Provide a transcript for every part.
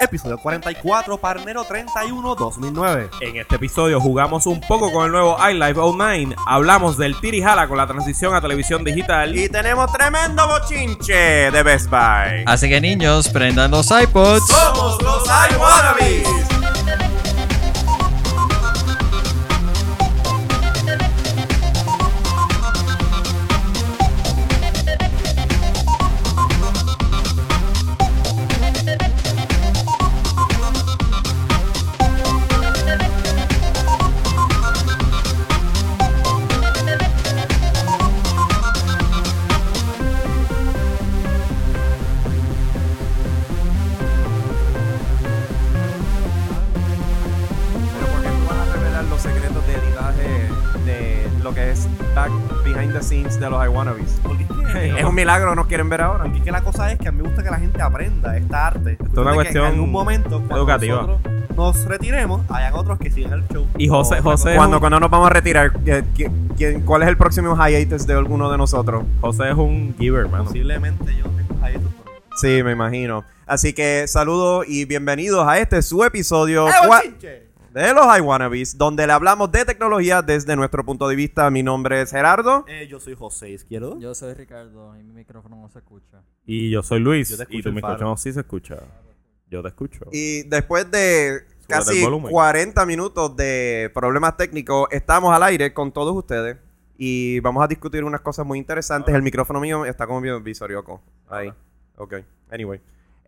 episodio 44 para enero 31, 2009. En este episodio jugamos un poco con el nueo iLife 09, hablamos del tirijala con la transición a televisión digital Y tenemos tremendo bochinche de Best Buy. Así que niños, prendan los iPods. ¡Somos los iWannabes! De los iWannabes. Es un milagro que nos quieren ver ahora. Porque es que la cosa es que a mí me gusta que la gente aprenda esta arte. Esto es una cuestión en algún momento educativa. Nosotros nos retiremos, hayan otros que sigan el show. Y José cuando nos vamos a retirar, ¿cuál es el próximo hiatus de alguno de nosotros? José es un giver, mano. Posiblemente yo tengo hiatus por ahí. Sí, me imagino. Así que saludos y bienvenidos a este su episodio de los iWannabes, donde le hablamos de tecnología desde nuestro punto de vista. Mi nombre es Gerardo. Yo soy José Izquierdo. Yo soy Ricardo y mi micrófono no se escucha. Y yo soy Luis. Yo te escucho y tu el micrófono sí se escucha. Yo te escucho. Y después de casi el volumen. 40 minutos de problemas técnicos, estamos al aire con todos ustedes. Y vamos a discutir unas cosas muy interesantes. El micrófono mío está como visorioco. Ahí. Ok. Anyway.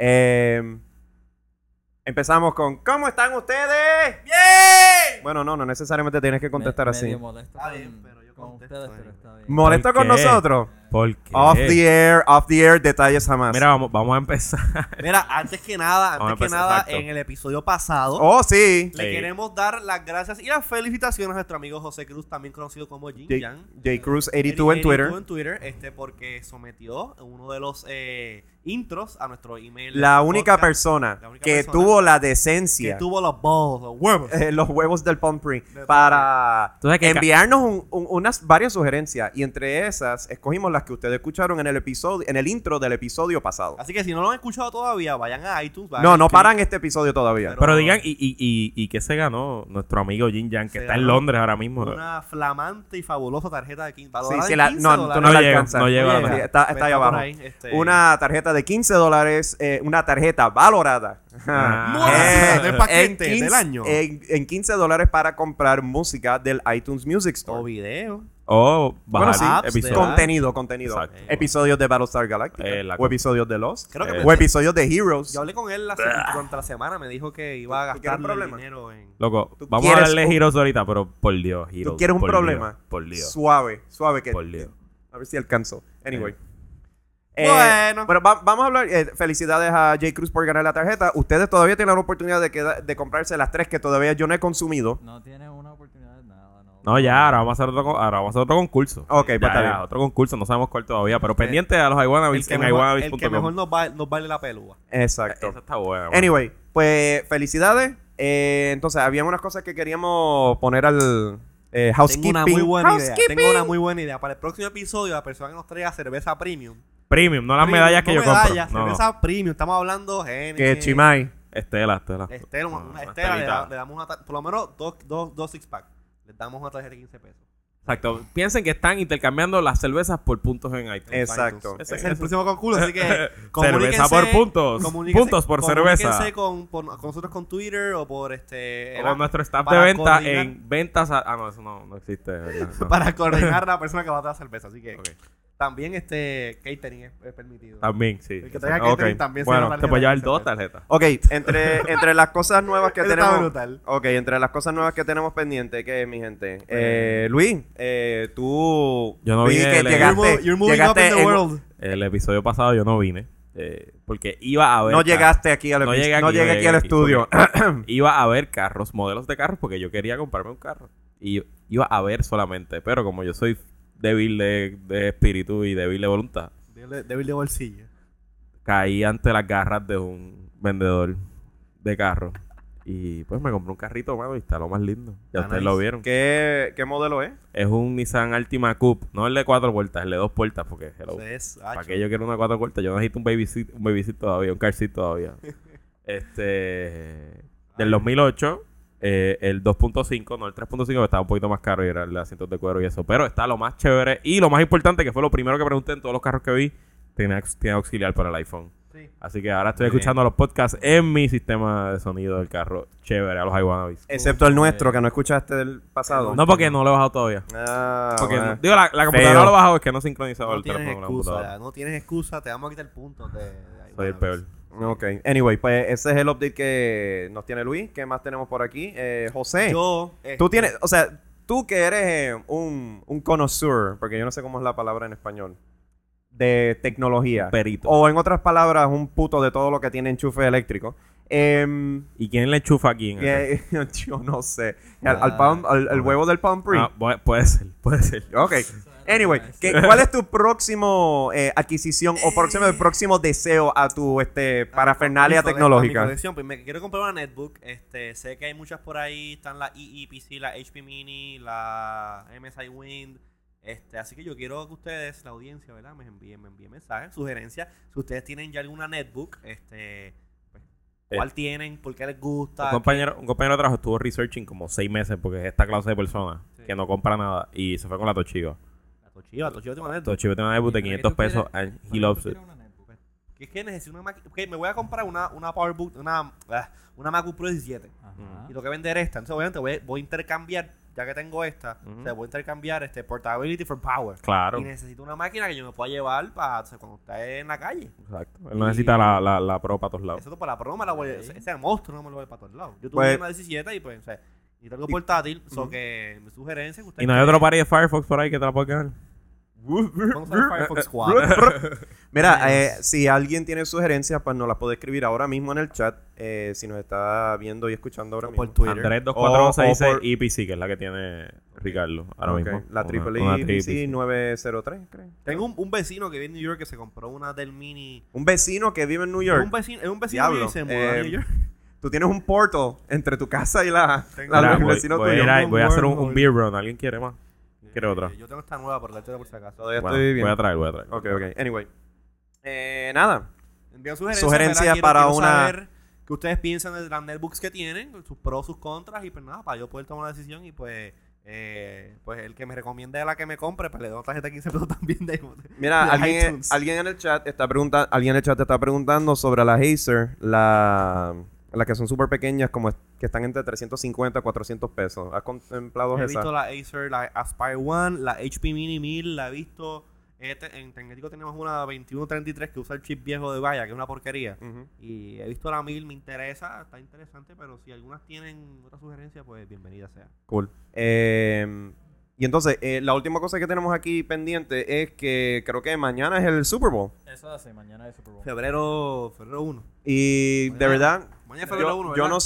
Empezamos con ¿cómo están ustedes? ¡Bien! Bueno, no necesariamente tienes que contestar así. Medio molesto Está bien, pero yo con contesto, ustedes, pero está bien. ¿Molesto ¿Por con qué? nosotros? ¿Por qué? Off the air, detalles jamás. Mira, vamos a empezar. Mira, antes que nada, Vamos a empezar, exacto. en el episodio pasado, Oh, sí. le Sí. queremos dar las gracias y las felicitaciones a nuestro amigo José Cruz, también conocido como Jin Yang. Cruz82 en Twitter. en Twitter, porque sometió uno de los intros a nuestro email. La única podcast, persona la única que persona tuvo la que decencia, tuvo los balls, los huevos. los huevos del Pomfrey, Del para Tú sabes que enviarnos varias sugerencias. Y entre esas, escogimos las que ustedes escucharon en el intro del episodio pasado. Así que si no lo han escuchado todavía, vayan a iTunes. vayan No a paran este episodio todavía. Pero- Pero digan, ¿y qué se ganó nuestro amigo Jin Yang, que Se está en ganó Londres ahora mismo? una flamante y fabulosa tarjeta de 15 Sí, sí, $15. tú no No la llego, alcanzas. no llego a la Sí, tarjeta. está Está ahí por abajo. ahí, Una tarjeta de $15, una tarjeta valorada. Del paquete del año. En $15 para comprar música del iTunes Music Store. O video. Oh, Bueno, bajar sí, episodios. Contenido. Exacto. Episodios de Battlestar Galactica. O episodios de Lost. Creo que O episodios de Heroes. Yo hablé con él durante la semana. Me dijo que iba a ¿Tú quieres gastar un el problema? dinero en... Loco, ¿Tú vamos a quieres darle un- Heroes ahorita, pero por Dios, Heroes. ¿Tú quieres un por problema? Dios, por Dios. Suave que... Por Dios. A ver si alcanzo. Anyway. Bueno. Pero vamos a hablar. Felicidades a J. Cruz por ganar la tarjeta. Ustedes todavía tienen la oportunidad de comprarse las 3 que todavía yo no he consumido. No tiene una oportunidad de nada, no. No, ya, ahora vamos a hacer otro concurso. Ok, pues Ya, está bien. otro concurso, no sabemos cuál todavía, pero pendiente a los iWannabes en el que iWannabes.com. mejor nos vale la pelúa. Exacto. Esa está buena. mano. Anyway, pues felicidades. Entonces, había unas cosas que queríamos poner al housekeeping. Tengo una muy buena idea. Housekeeping. Tengo una muy buena idea. Para el próximo episodio, la persona que nos traiga cerveza premium. Premium, no las Premium, medallas que no yo medallas, compro. No, cerveza premium. Estamos hablando Que Heineken, Chimay. Estela. Estela, No, una una Estela, estelita. le damos por lo menos dos six pack. Le damos una tarjeta de 15 pesos. Exacto. Piensen que están intercambiando las cervezas por puntos en iTunes. Exacto. Ese es el próximo concurso, así que Cerveza comuníquense- por puntos. comuníquense- Puntos por cerveza. comuníquense con nosotros con Twitter o por Con nuestro staff de para venta coordinar- en ventas. No, eso no existe. ¿verdad? No. para coordinar a la persona que va a traer cerveza. Así que Ok. también catering es permitido. También, sí. El que traiga Ok. catering también se Bueno, lleva te puedes llevar tarjeta de 2 15 tarjetas. Ok, entre las cosas nuevas que Eso está tenemos. brutal. Ok, entre las cosas nuevas que tenemos pendientes, ¿qué es, mi gente? Luis, tú. Yo no vi vine que de- llegaste. You're moving up llegaste in the en- world. El episodio pasado yo no vine. Porque iba a ver. No llegaste aquí al No episodio. llegué No aquí, llegué no aquí llegué al aquí, estudio. Iba a ver carros, modelos de carros, porque yo quería comprarme un carro. Y iba a ver solamente. Pero como yo soy débil de espíritu y débil de voluntad, Débil de bolsillo. caí ante las garras de un vendedor de carros. Y pues me compré un carrito, mano, y está lo más lindo. Ya Ah, ustedes nice. lo vieron. ¿Qué modelo es? Es un Nissan Altima Coupe. No el de 4 puertas, el de 2 puertas. Porque, hello, Eso es, ¿para hacho. qué yo quiero una 4 puertas? Yo necesito un baby seat todavía, un car seat todavía. Del 2008, el 2.5, no el 3.5, que estaba un poquito más caro y era el de asientos de cuero y eso. Pero está lo más chévere y lo más importante, que fue lo primero que pregunté en todos los carros que vi, tiene auxiliar para el iPhone. Sí. Así que ahora estoy escuchando los podcasts en mi sistema de sonido del carro. Chévere, a los iWannabes. Excepto el nuestro, que no escuchaste del pasado. No, porque no lo he bajado todavía. Porque Digo, la computadora Feo. lo he bajado, es que no he sincronizado No el tienes teléfono con la computadora. excusa, no tienes excusa, te vamos a quitar el punto. Soy el peor. Ok. Anyway, pues ese es el update que nos tiene Luis. ¿Qué más tenemos por aquí? José. Tú tienes, o sea, tú que eres un connoisseur, porque yo no sé cómo es la palabra en español, de tecnología. Perito. O en otras palabras, un puto de todo lo que tiene enchufe eléctrico. ¿Y quién le enchufa aquí? Yo no sé. Al huevo del Palm Pre. Puede ser. Ok. Anyway, ¿cuál es tu próximo adquisición o próximo deseo a tu parafernalia tecnológica? Mi colección, pues me quiero comprar una netbook. Sé que hay muchas por ahí. Están la EEPC, la HP Mini, la MSI Wind. Así que yo quiero que ustedes, la audiencia, ¿verdad? Me envíen mensajes, sugerencias. Si ustedes tienen ya alguna netbook, pues, ¿cuál tienen? ¿Por qué les gusta? Un compañero de trabajo estuvo researching como 6 meses porque es esta clase de persona que no compra nada y se fue con la Toshiba. La Toshiba tiene una netbook. Toshiba tiene una netbook de 500 pesos and he loves it. Que es que necesito una máquina. Okay, me voy a comprar una PowerBook, una MacBook Pro 17. Ajá. Y tengo que vender esta. Entonces, obviamente, voy a intercambiar, ya que tengo esta, o sea, voy a intercambiar portability for power. Claro. Y necesito una máquina que yo me pueda llevar para cuando esté en la calle. Exacto. Él no necesita la Pro para todos lados. Eso para la Pro me la voy a... Ese monstruo no me lo voy para todos lados. Yo tuve Pues, una 17 y pues, o sea, y tengo portátil, que mi sugerencia que ustedes... Y no hay otro party de Firefox por ahí que te la pueda quedar. Vamos a ver Firefox 4. Mira, si alguien tiene sugerencias, pues nos las puede escribir ahora mismo en el chat. Si nos está viendo y escuchando ahora mismo. Por Twitter. Andrés 2416 O por- EPC, que es la que tiene Ricardo ahora Ok. mismo. La Una EPC 903, creo. Tengo un vecino que vive en New York que se compró una del Mini. Un vecino que vive en New Es York. un vecino Diablo. que se mudó a New York. Tú tienes un portal entre tu casa y la Mira, del vecino voy tuyo. a hacer un Wormhole. beer run. ¿Alguien quiere más? ¿Quiere otra? Yo tengo esta nueva por darte por si acaso. Todavía Bueno, estoy bien. voy a traer. Ok. Anyway. Nada. Envío Sugerencias ¿verdad? para quiero una- saber qué ustedes piensan de las netbooks que tienen, sus pros, sus contras, y pues nada, para yo poder tomar una decisión y pues el que me recomiende la que me compre, pues le doy una tarjeta de 15 pesos también de Mira, de alguien iTunes. en el chat está preguntando sobre la Acer, las que son súper pequeñas, como que están entre 350 a 400 pesos. ¿Has contemplado He esa? visto la Acer, la Aspire One, la HP Mini 1000, la he visto. En Tecnético tenemos una 2133 que usa el chip viejo de Vaya, que es una porquería. Ujú. Y he visto la 1000, me interesa, está interesante, pero si algunas tienen otra sugerencia, pues bienvenida sea. Cool. Y entonces, la última cosa que tenemos aquí pendiente es que creo que mañana es el Super Bowl. Eso hace, mañana es Super Bowl. Febrero 1. Y de Mañana- verdad, Mañana es febrero 1, yo no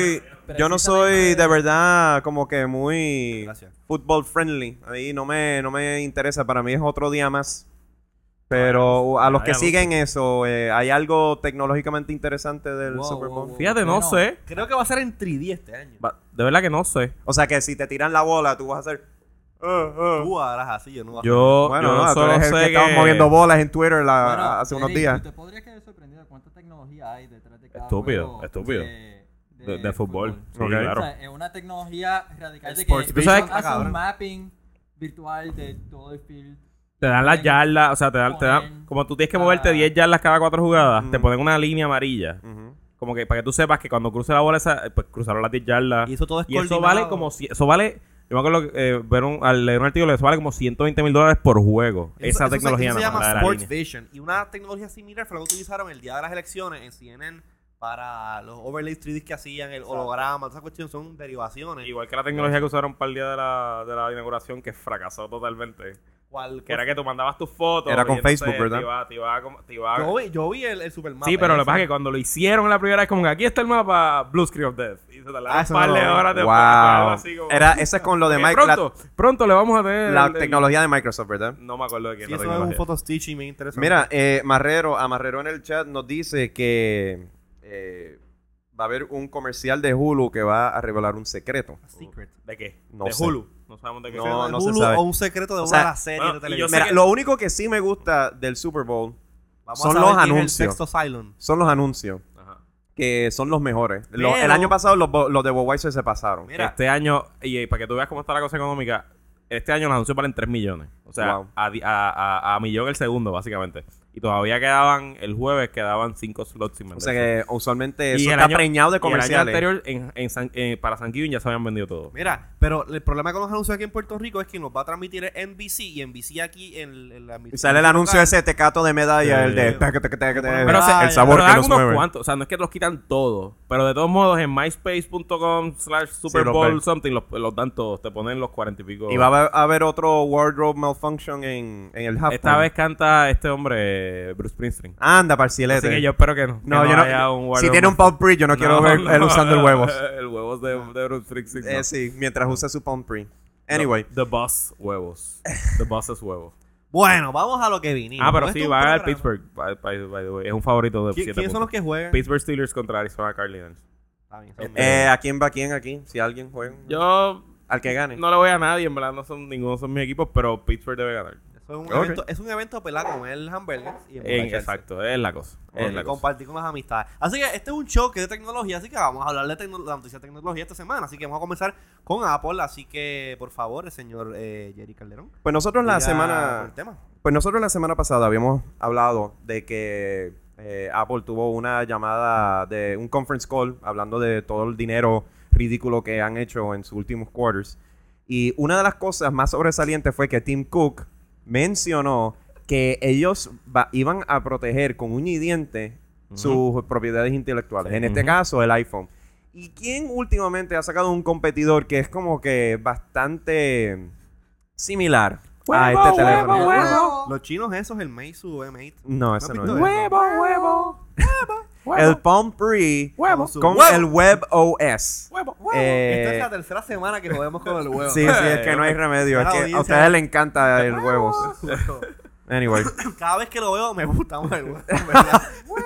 soy de verdad como que muy Gracias. football friendly. Ahí no me interesa. Para mí es otro día más. Pero a los que siguen eso, ¿hay algo tecnológicamente interesante del Super Bowl? Fíjate, no sé. Creo que va a ser en 3D este año. De verdad que no sé. O sea que si te tiran la bola, tú vas a hacer... Tú harás así, yo no voy a Yo Bueno, no, tú solo eres el que sé estaba moviendo bolas en Twitter hace unos Eric, días. Te podrías quedar sorprendido de cuánta tecnología hay detrás de cada Estúpido. juego De fútbol. Sí, Ok. claro. O sea, es una tecnología radical de Sports que Vision hace cabrón. un mapping virtual de todo el field. Te dan las yardas, o sea, te dan como tú tienes que moverte 10 yardas cada 4 jugadas, te ponen una línea amarilla. Ujú. Como que para que tú sepas que cuando cruce la bola esa, pues cruzaron las 10 yardas. Y eso todo es Y eso coordinado. vale como eso vale, yo me acuerdo al leer un artículo, eso vale como $120,000 por juego. Esa tecnología se nada más, llama la de la Sports línea. Vision. Y una tecnología similar fue la que utilizaron el día de las elecciones en CNN para los overlays 3D que hacían, el holograma, todas esas cuestiones son derivaciones. Igual que la tecnología que usaron para el día de la inauguración, que fracasó totalmente. Que era que tú mandabas tus fotos. Era con y entonces Facebook, ¿verdad? te iba Yo vi el Supermap. Sí, pero lo que pasa es que cuando lo hicieron la primera vez, como que aquí está el mapa Blue Screen of Death. Y se tardaron un eso par de no. horas después. algo Wow. así como- Eso es con lo de Porque Microsoft. pronto le vamos a tener La el- tecnología de Microsoft, ¿verdad? No me acuerdo de quién Sí, es la eso es un tecnología. photo stitching me interesa. Mira, Marrero en el chat nos dice que va a haber un comercial de Hulu que va a revelar un secreto. Secret. ¿De qué? No de sé. Hulu. No sabemos de qué. No, No, se Hulu sabe. o un secreto de O una sea, de las series bueno, de y televisión. yo sé Mira, que- lo único que sí me gusta del Super Bowl Vamos son a saber los quién es el anuncios. sexto Cylon. son los anuncios. Ajá. que son los mejores. Pero- El año pasado los de Budweiser se pasaron. Mira. Este año, y para que tú veas cómo está la cosa económica, este año los anuncios valen 3 millones. O sea, Wow. a millón el segundo, básicamente. Y todavía el jueves quedaban 5 slots sin O vender. sea que usualmente Y eso el está año- preñado de Y el año comerciales. anterior, para San Giving ya se habían vendido todos. Mira, pero el problema con los anuncios aquí en Puerto Rico es que nos va a transmitir NBC y NBC aquí en la Y sale el anuncio ese tecato de medalla, Sí. el de... Pero el sabor pero que dan nos unos mueve. cuantos. O sea, no es que los quitan todos. Pero de todos modos, en myspace.com/Super Sí, Bowl los something los dan todos. Te ponen los 40 y pico. Y va a haber otro wardrobe malfunction en el halftime. Esta vez canta este hombre, Bruce Springsteen. Anda, parcialete. Así que yo espero que no. No, que yo no. haya un Si wardrobe tiene un palm pre, yo no quiero ver él usando el huevos. El huevos de Bruce Springsteen. no. Sí, mientras use su palm pre. Anyway. The Boss huevos. The Boss es huevos. Bueno, vamos a lo que vinimos. Pero Esto sí, es un va a ganar programa. Pittsburgh. By the way. Es un favorito de 7 ¿Quiénes son los que juegan? Pittsburgh Steelers contra Arizona Cardinals. Está bien, son- ¿A quién va quién aquí? Si alguien juega. Yo Al que gane. no le voy a nadie, en verdad. Ninguno son mis equipos, pero Pittsburgh debe ganar. Eso es un Ok. evento, es un evento pelado con el hamburger y emborracharse. Exacto, es la cosa. Es la cosa. Compartir con las amistades. Así que este es un show que es de tecnología, así que vamos a hablar de la noticia de tecnología esta semana. Así que vamos a comenzar con Apple. Así que, por favor, el señor Jerry Calderón. Pues nosotros la diga semana... el tema. Pues nosotros la semana pasada habíamos hablado de que Apple tuvo una llamada de un conference call hablando de todo el dinero ridículo que han hecho en sus últimos quarters. Y una de las cosas más sobresalientes fue que Tim Cook mencionó que ellos iban a proteger con uña y diente sus propiedades intelectuales. Sí. En este caso, el iPhone. ¿Y quién últimamente ha sacado un competidor que es como que bastante similar a este teléfono? Los chinos esos, el Meizu M8. No, ese no es. Huevo. El Palm Pre Huevo. con huevo. el Web OS. Esta es la tercera semana que jodemos con el huevo. Sí, es que no hay remedio. Es La que a audiencia- ustedes les encanta el huevos. Anyway. Cada vez que lo veo me gusta más el huevo. ¿Verdad?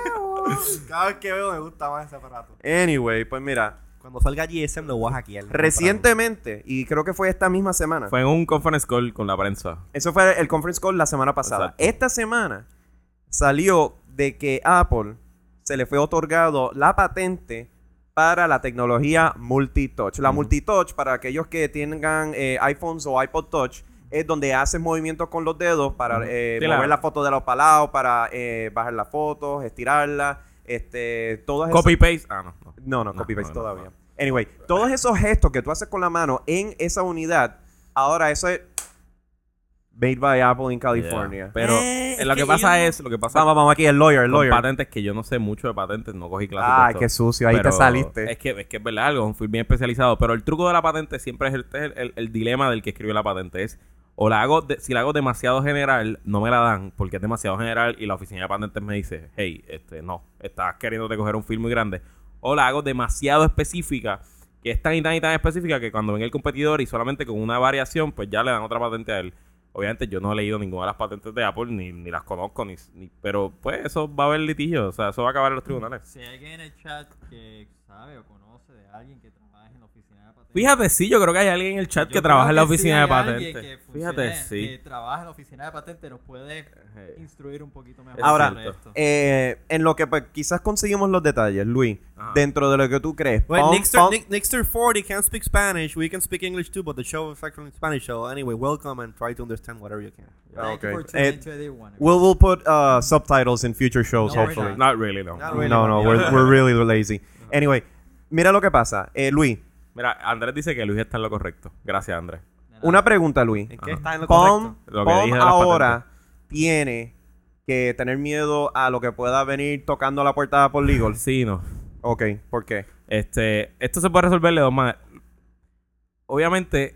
Cada vez que veo me gusta más ese aparato. Anyway, pues mira. Cuando salga GSM lo voy a hackear. Recientemente, y creo que fue esta misma semana. Fue en un conference call con la prensa. Eso fue el conference call la semana pasada. Exacto. Esta semana salió de que Apple se le fue otorgado la patente para la tecnología multitouch. La multitouch, para aquellos que tengan iPhones o iPod Touch, es donde haces movimientos con los dedos para mover la foto de los palados, para bajar las fotos, estirarla, todas esas... Copy-paste. No, copy-paste todavía. Anyway, todos esos gestos que tú haces con la mano en esa unidad, ahora eso es made by Apple in California. Yeah. Pero es lo que que pasa ellos es... Lo que pasa Vamos aquí, el lawyer. con patentes que yo no sé mucho de patentes. No cogí clases de Ay, esto. qué sucio, ahí Pero te saliste. Es que es verdad, algo, fui bien especializado. Pero el truco de la patente siempre es el dilema del que escribió la patente. Es, o la hago, si la hago demasiado general, no me la dan porque es demasiado general y la oficina de patentes me dice, hey, no, estás queriéndote coger un film muy grande. O la hago demasiado específica, que es tan y tan y tan específica que cuando ven el competidor y solamente con una variación, pues ya le dan otra patente a él. Obviamente yo no he leído ninguna de las patentes de Apple, ni las conozco, pero pues eso va a haber litigio, o sea, eso va a acabar en los tribunales. Si hay alguien en el chat que sabe o conoce de alguien que trabaja en la oficina de patentes. Fíjate, sí, yo creo que hay alguien en el chat Yo que creo trabaja en la que sí oficina hay de alguien patentes. que Fíjate, funcione- sí. Que trabaja en la oficina de patentes nos puede instruir un poquito mejor Ahora, sobre esto. en lo que pues, quizás conseguimos los detalles, Luis, Ajá. dentro de lo que tú crees. Well, Palm- Nixter 40 can't speak Spanish. We can speak English too, but the show is actually in Spanish. So anyway, welcome and try to understand whatever you can. Thank you okay. for tuning into the one. We'll put subtitles in future shows, No, hopefully. we're Not really, no. Not really. No, we're really lazy. Anyway, mira lo que pasa. Luis, Mira, Andrés dice que Luis está en lo correcto. Gracias, Andrés. una pregunta, Luis. ¿En qué está en lo Palm, correcto? Lo que Palm dije de las ahora tiene que tener miedo a lo que pueda venir tocando la puerta de Apple Legal. Sí, no. Ok, ¿por qué? Esto se puede resolver de dos maneras. Obviamente,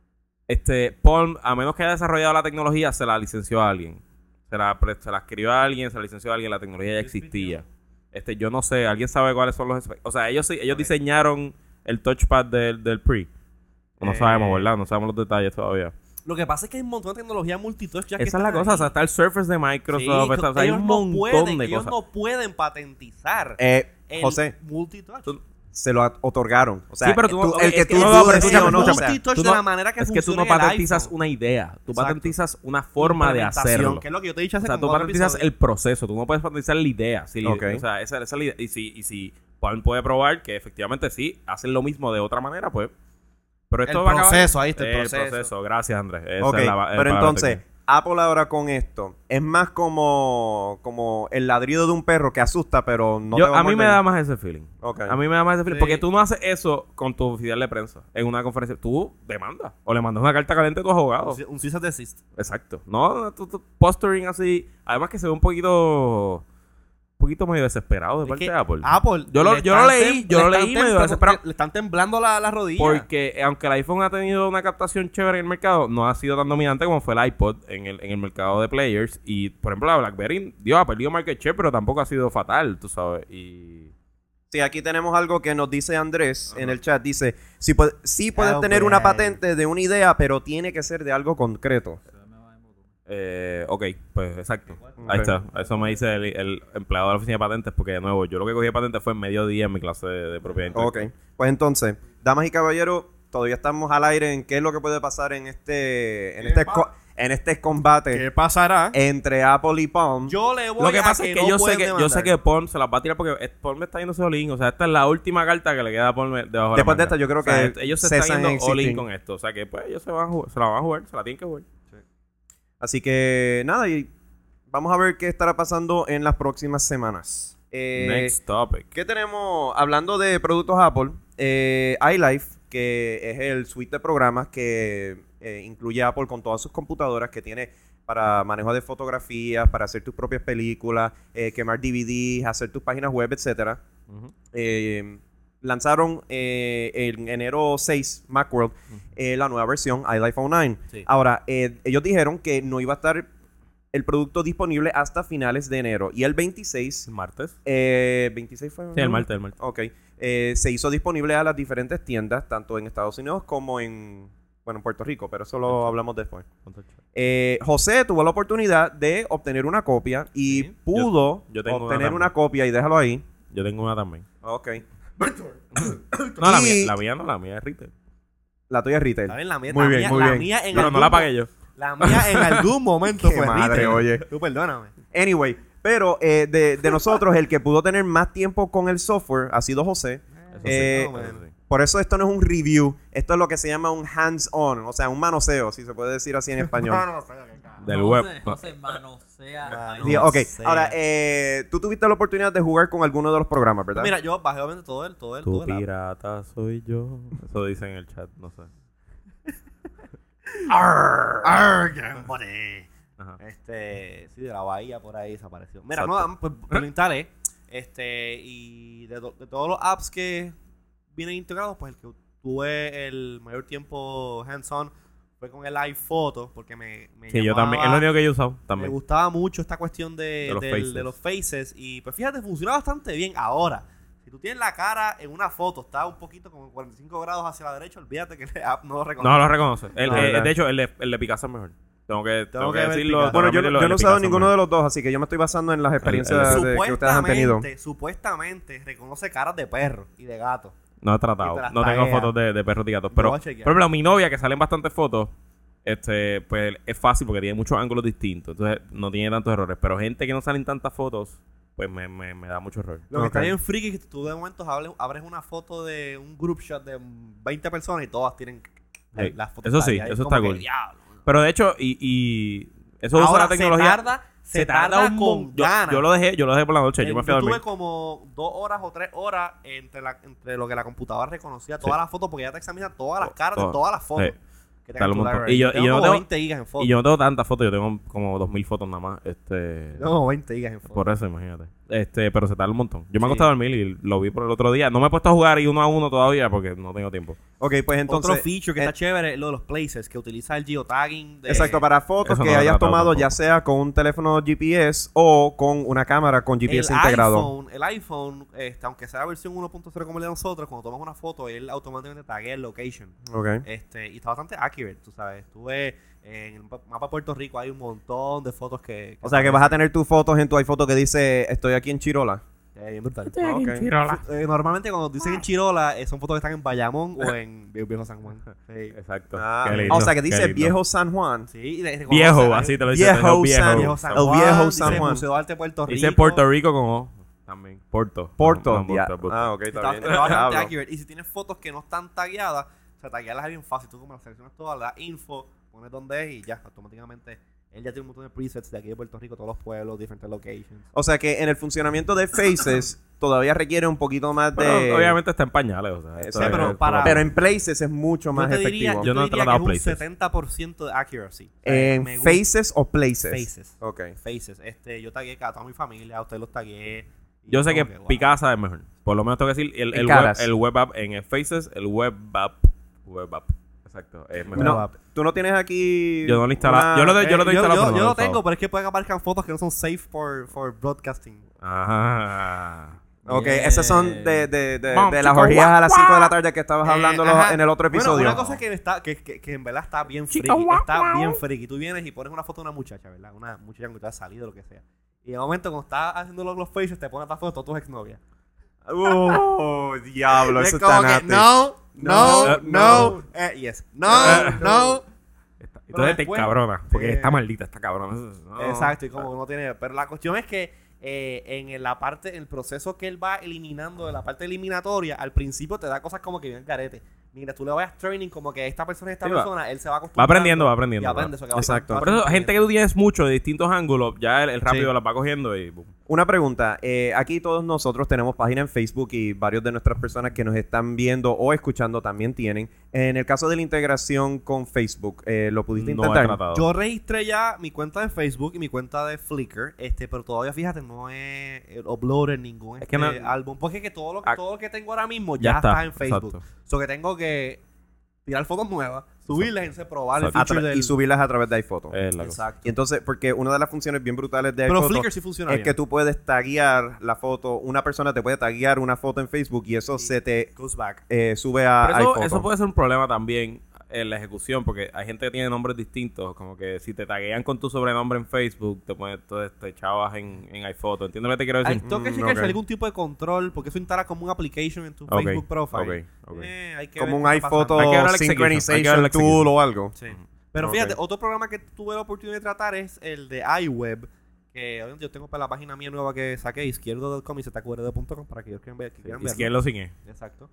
Palm, a menos que haya desarrollado la tecnología, se la licenció a alguien. Se la escribió a alguien, se la licenció a alguien, la tecnología ya existía. Yo no sé, ¿alguien sabe cuáles son los o sea, ellos diseñaron el touchpad del Pre. No sabemos, ¿verdad? No sabemos los detalles todavía. Lo que pasa es que hay un montón de tecnología multitouch ya que Esa es la están cosa, o ahí. sea, está el Surface de Microsoft, Sí, o sea, hay ellos un no montón pueden, de ellos cosas. no pueden patentizar el José, multitouch. se lo otorgaron. O sea, Sí, pero tú- el que es que tú no, dudes pero sí escúchame, o no, escúchame. multitouch Tú de no- la manera que es que tú no funciona en el patentizas iPhone. una idea, tú Exacto. patentizas una forma de Implementación, hacerlo. que es lo que yo te he dicho O hace sea, como tú 4 patentizas episodios. el proceso, tú no puedes patentizar la idea. Ok. O sea, esa es la idea. Y si Palm puede probar que efectivamente sí, hacen lo mismo de otra manera, pues. Pero esto El va a acabar- proceso, ahí está el proceso. Gracias, Andrés. Esa Ok, es la- el pero palabra entonces, técnica. Apple ahora con esto es más como el ladrido de un perro que asusta, pero no te va A mí me morder. da más ese feeling. Ok. A mí me da más ese feeling. Sí. Porque tú no haces eso con tu oficial de prensa en una conferencia. Tú demandas. O le mandas una carta caliente a tu abogado. Un cease and desist. Exacto. No, tú posturing así. Además que se ve un poquito medio desesperado de Es parte que de Apple. Apple. Yo lo le están leí medio temblando- desesperado. Le están temblando las rodillas. Porque aunque el iPhone ha tenido una captación chévere en el mercado, no ha sido tan dominante como fue el iPod en el mercado de players. Y, por ejemplo, la BlackBerry ha perdido market share, pero tampoco ha sido fatal, tú sabes. Y... Sí, aquí tenemos algo que nos dice Andrés en el chat. Dice, sí puedes Ah, tener ok. una patente de una idea, pero tiene que ser de algo concreto. ok, pues exacto. Ok. Ahí está. Eso me dice el empleado de la oficina de patentes, porque de nuevo, yo lo que cogí de patentes fue en mediodía en mi clase de propiedad intelectual. Ok. Pues entonces, damas y caballeros, todavía estamos al aire en qué es lo que puede pasar en este combate ¿Qué pasará? entre Apple y Palm. Yo le voy Lo que a pasa que es que no yo sé pueden que demandar. Palm se las va a tirar porque Palm está yéndose all in. O sea, esta es la última carta que le queda a Palm debajo Después la de esta, yo creo O sea, que ellos se están cesan yendo all in existing. con esto. O sea, que pues ellos se la van a jugar, se la tienen que jugar. Así que nada, y vamos a ver qué estará pasando en las próximas semanas. Next topic. ¿Qué tenemos? Hablando de productos Apple, iLife, que es el suite de programas que incluye Apple con todas sus computadoras, que tiene para manejo de fotografías, para hacer tus propias películas, quemar DVDs, hacer tus páginas web, etcétera. Ujú. Lanzaron en enero 6, Macworld, la nueva versión iLife 09. Sí. Ahora, ellos dijeron que no iba a estar el producto disponible hasta finales de enero. Y el 26, ¿Martes? 26 fue. Sí, el martes. Ok. Se hizo disponible a las diferentes tiendas, tanto en Estados Unidos como en Puerto Rico, pero eso lo hablamos después. José tuvo la oportunidad de obtener una copia y Sí. pudo yo tengo obtener una una copia y déjalo ahí. Yo tengo una también. Ok. No, la Y- mía es retail. La tuya es retail. Está bien, la mía, Muy la bien, mía, muy la bien. mía en Pero no algún la pagué yo. La mía en algún momento Qué fue madre, retail. oye. Tú perdóname. Anyway, pero de nosotros, el que pudo tener más tiempo con el software ha sido José. Eso Eh, no, eso man. sí. Por eso esto no es un review. Esto es lo que se llama un hands-on. O sea, un manoseo, si se puede decir así en español. Del web. José manosea. Mano. Sí, ok. sé. Ahora, tú tuviste la oportunidad de jugar con alguno de los programas, ¿verdad? Mira, yo bajé obviamente todo el Tu todo el app. pirata soy yo. Eso dice en el chat, no sé. Arr, money. Ajá. Sí, de la bahía por ahí desapareció. Mira, Exacto. no, pues lo instalé. Y de todos los apps que vienen integrados, pues el que tuve el mayor tiempo hands-on fue con el iPhoto, porque me Que yo llamaba- también, es lo único que yo he usado Me también. gustaba mucho esta cuestión De los de faces. los faces. Y pues fíjate, funciona bastante bien. Ahora, si tú tienes la cara en una foto, está un poquito como 45 grados hacia la derecha, olvídate que el app no lo reconoce. No lo reconoce. No, ¿verdad? De hecho, el de Picasso es mejor. Tengo que Tengo que ver decirlo. Picasso. Bueno, yo tengo que no he admitirlo, usado el de ninguno Picasso de es los dos, así que yo me estoy basando en las experiencias que ustedes han tenido. Supuestamente reconoce caras de perro y de gato. mejor. No he Y tratado. te las No tengo taguea. fotos de perros y gatos. Yo Pero, voy a por chequear. ejemplo, mi novia, que salen bastantes fotos, pues es fácil porque tiene muchos ángulos distintos. Entonces, no tiene tantos errores. Pero gente que no salen tantas fotos, pues me da mucho error. Lo que está Ok. bien friki es que tú de momento abres una foto de un group shot de 20 personas y todas tienen Sí. las fotos. Eso sí, tagueadas. eso Es como está que, cool. diablo. Pero de hecho, y eso usa Ahora, la tecnología. se tarda un con mon- ganas. yo lo dejé por la noche. Yo me fui a Yo dormir. tuve como 2 horas o 3 horas entre lo que la computadora reconocía todas las fotos, porque ya te examina todas las caras de Todo. todas las fotos. Sí. Que te Tarda un calcula montón. Ray. Y yo Tengo no como tengo- 20 gigas en fotos. Y yo no tengo tantas fotos, yo tengo como 2000 fotos nada más. Tengo como 20 gigas en fotos. Por eso, imagínate. Pero se tarda un montón. Yo me Sí. acosté a dormir y lo vi por el otro día. No me he puesto a jugar y 1 a 1 todavía porque no tengo tiempo. Ok, pues entonces. Otro feature que eh, está chévere es lo de los places, que utiliza el geotagging. Exacto, para fotos Eso que no lo he hayas tratado tomado tampoco. ya sea con un teléfono GPS o con una cámara con GPS integrado. El iPhone, aunque sea la versión 1.0 como el de nosotros, cuando tomas una foto, él automáticamente taguea el location. Ok. Y está bastante accurate, tú sabes. Estuve en el mapa de Puerto Rico, hay un montón de fotos que O sea que vas a tener tus fotos en tu iPhoto que dice estoy aquí en Chirola. bien brutal. Ok. Normalmente cuando dicen en Chirola, son fotos que están en Bayamón o en Viejo San Juan. Sí. Exacto. Ah, Qué lindo, o sea que qué dice lindo. Viejo San Juan. Sí, y reconoce, Viejo, ¿eh? así te lo dice. Viejo viejo. San- Viejo San El Juan, Viejo dice San Juan. Museo de Arte de Puerto Rico. Dice Puerto Rico como... También. Porto. Porto. No, Ya. Porto. Ah, ok, está bien. Está bastante Diablo. accurate. Y si tienes fotos que no están tagueadas, o sea, taguearlas es bien fácil. Tú como las seleccionas todas, le das info, pones dónde es y ya, automáticamente. Él ya tiene un montón de presets de aquí de Puerto Rico, todos los pueblos, diferentes locations. O sea que en el funcionamiento de Faces todavía requiere un poquito más de... Pero obviamente está en pañales, o sea. Sí, esto pero es para- Pero en Places es mucho más Yo te diría, efectivo. Yo no he te diría tratado que es un Places. 70% de accuracy. O sea, ¿En me gusta- Faces o Places? Faces. Ok. Faces. Yo tagué a toda mi familia, a ustedes los tagué. y Yo sé que como wow. Picasa es mejor. Por lo menos tengo que decir En caras. el web app en Faces, el web app. Exacto. Es mejor. No, tú no tienes aquí... Yo no lo he instalado. una- Yo lo he instalado, pero no yo he lo usado. tengo, pero es que pueden aparecer fotos que no son safe for broadcasting. Ajá. Ok, Bien. esas son de Vamos, las chico, orgías a las guau, 5 de la tarde que estabas hablando Ajá. en el otro Bueno, episodio. una cosa que en verdad está bien Chica, friki. guau, Está guau. bien friki. Tú vienes y pones una foto de una muchacha, ¿verdad? Una muchacha que te ha salido, lo que sea. Y de momento, cuando estás haciendo los faces, te pones esta foto de todas tus exnovias. Oh, diablo, Es eso como está que nasty. no, no. yes. No, no. Entonces te después, cabrona. Porque eh, está maldita, está cabrona. No. Exacto, y como que no tiene. Pero la cuestión es que en la parte, en el proceso que él va eliminando de la parte eliminatoria, al principio te da cosas como que bien carete. Mientras tú le vayas training como que esta persona es esta Sí, va. persona, él se va Va acostumbrando. aprendiendo, va aprendiendo. Y aprende eso que va Exacto. va Por eso, gente que tú tienes mucho de distintos ángulos, ya el rápido Sí. las va cogiendo y boom. Una pregunta. Aquí todos nosotros tenemos página en Facebook y varios de nuestras personas que nos están viendo o escuchando también tienen. En el caso de la integración con Facebook, ¿lo pudiste No he intentar? tratado. Yo registré ya mi cuenta de Facebook y mi cuenta de Flickr, pero todavía fíjate, no he uploaded ningún Es que no- álbum. Porque es que todo lo que tengo ahora mismo Ya ya, está, está en Facebook. exacto. So que tengo que tirar fotos nuevas, subirlas y entonces probar el Exacto. feature del... Y subirlas a través de iPhoto. Es la cosa. Exacto. Y entonces, porque una de las funciones bien brutales de Pero iPhoto Flickr sí funciona es bien. que tú puedes taguear la foto. Una persona te puede taguear una foto en Facebook y eso se te Goes back. sube a Pero eso, iPhoto. eso puede ser un problema también en la ejecución, porque hay gente que tiene nombres distintos, como que si te taguean con tu sobrenombre en Facebook, te pones todo chavas en iPhoto. ¿Entiendes lo que te quiero decir? Tengo que checar ok. si hay algún tipo de control, porque eso instala como un application en tu Ok, Facebook profile. ok. Hay que Como ver un qué está iPhoto pasando. Hay que ver la Synchronization execution, hay que ver la Tool execution. o algo. Sí. Pero Ok. fíjate, otro programa que tuve la oportunidad de tratar es el de iWeb, que obviamente yo tengo para la página mía nueva que saqué, izquierdo.com y zqrd.com para que ellos quieran ver. Que quieran verlo. Izquierdo sin E. Exacto.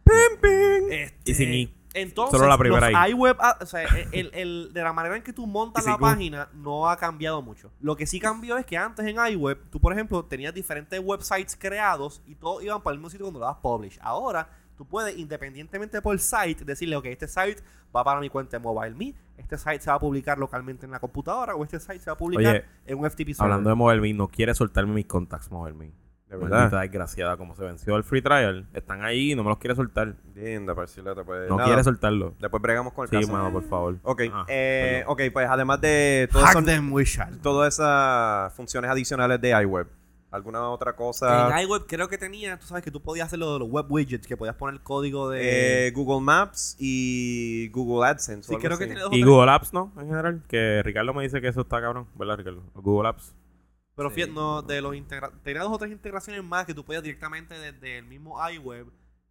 Y sin I. Entonces, Solo la primera los I. iWeb, o sea, de la manera en que tú montas Y sin la Q. página no ha cambiado mucho. Lo que sí cambió es que antes en iWeb, tú por ejemplo tenías diferentes websites creados y todos iban para el mismo sitio cuando le das publish. Ahora, tú puedes independientemente por site decirle, ok, este site va para mi cuenta de MobileMe, este site se va a publicar localmente en la computadora o este site se va a publicar Oye, en un FTP server. Hablando de MobileMe, no quiere soltarme mis contacts MobileMe. De verdad. Maldita desgraciada, como se venció el free trial. Están ahí y no me los quiere soltar. Linda, parcileta, pues. No nada, quiere soltarlo. Después bregamos con el Sí, caso. mano, por favor. Ok, Ajá, ok, pues además de todo Hack eso, them, we shall. todas esas funciones adicionales de iWeb, ¿alguna otra cosa? En iWeb creo que tenía, tú sabes que tú podías hacer lo de los web widgets, que podías poner el código de... Google Maps y Google AdSense. o sí, algo creo que así. tiene dos o Y tres. Google Apps, ¿no? En general. Que Ricardo me dice que eso está cabrón. ¿Verdad, Ricardo? Google Apps. Pero Sí. fíjate, no, de los tenía dos o tres integraciones más que tú podías directamente desde el mismo iWeb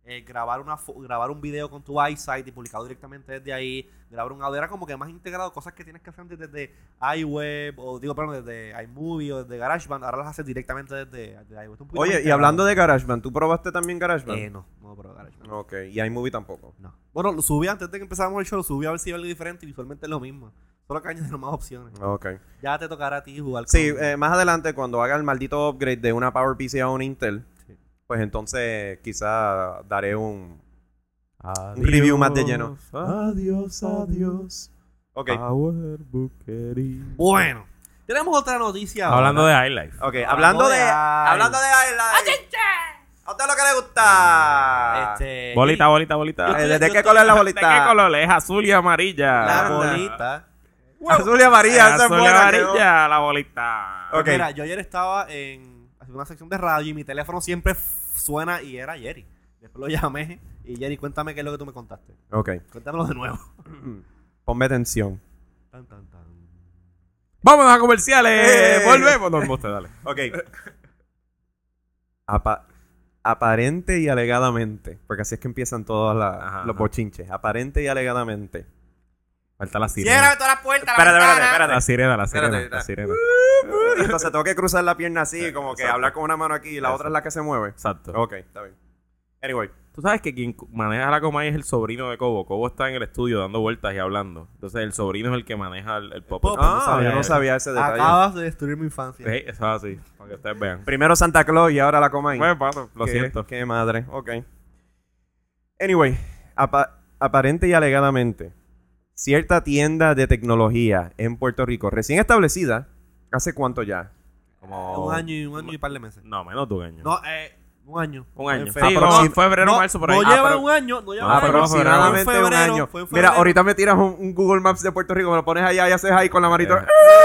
grabar un video con tu iSight y publicarlo directamente desde ahí, grabar un audio. Era como que más integrado, cosas que tienes que hacer desde iWeb, o digo, perdón, desde iMovie o desde GarageBand, ahora las haces directamente desde iWeb. Está un poquito más Oye, y integrado. hablando de GarageBand, ¿tú probaste también GarageBand? No, pero GarageBand. Ok, y iMovie tampoco. No. Bueno, lo subí antes de que empezáramos el show, lo subí a ver si iba algo diferente y visualmente es lo mismo. Solo que añadir más opciones. Ok. Ya te tocará a ti jugar Sí, con... más adelante, cuando haga el maldito upgrade de una PowerPC a un Intel, Sí. pues entonces quizá daré un review más de lleno. Adiós, adiós. Ok, Bueno, tenemos otra noticia. Hablando ahora. de iLife. ok, hablando de Hablando iLife. ¿A usted lo que le gusta? Bolita. ¿De qué color es la bolita? ¿De qué color? Es azul y amarilla. La Anda. bolita. Azul y amarilla, esa es Azul y buena. amarilla, la bolita. Ok. Mira, yo ayer estaba haciendo una sección de radio y mi teléfono siempre suena y era Jerry. Después lo llamé y Jerry, cuéntame qué es lo que tú me contaste. Ok, Cuéntamelo de nuevo. ponme atención. Tan, tan, tan. Vámonos a comerciales. ¡Eh! Volvemos. No, usted, dale. Ok. Aparente y alegadamente, porque así es que empiezan todos Ajá, los ajá. bochinches. Aparente y alegadamente. Falta la sirena. Cierra todas las puertas. Espérate. La sirena. Espérate. La sirena. Y entonces tengo que cruzar la pierna así, como que Exacto. hablar con una mano aquí y la otra es la que se mueve. Exacto. Ok, está bien. Anyway. Tú sabes que quien maneja la Comay es el sobrino de Cobo. Cobo está en el estudio dando vueltas y hablando. Entonces el sobrino es el que maneja el puppet. Yo no sabía ese detalle. Acabas de destruir mi infancia. Sí, eso es así. Para que ustedes vean. Primero Santa Claus y ahora la Comay. Bueno, pato, lo siento. Qué madre. Ok. Anyway, aparente y alegadamente, cierta tienda de tecnología en Puerto Rico, recién establecida, ¿hace cuánto ya? Como... Un año y un par de meses. No, menos de un año. No, un año. Un año. En Sí, febrero. no, febrero, marzo, por ahí. No lleva un año. No lleva un año. Aproximadamente Fue en un febrero, año. fue en Mira, febrero. ahorita me tiras un Google Maps de Puerto Rico, me lo pones allá y haces ahí con la manito.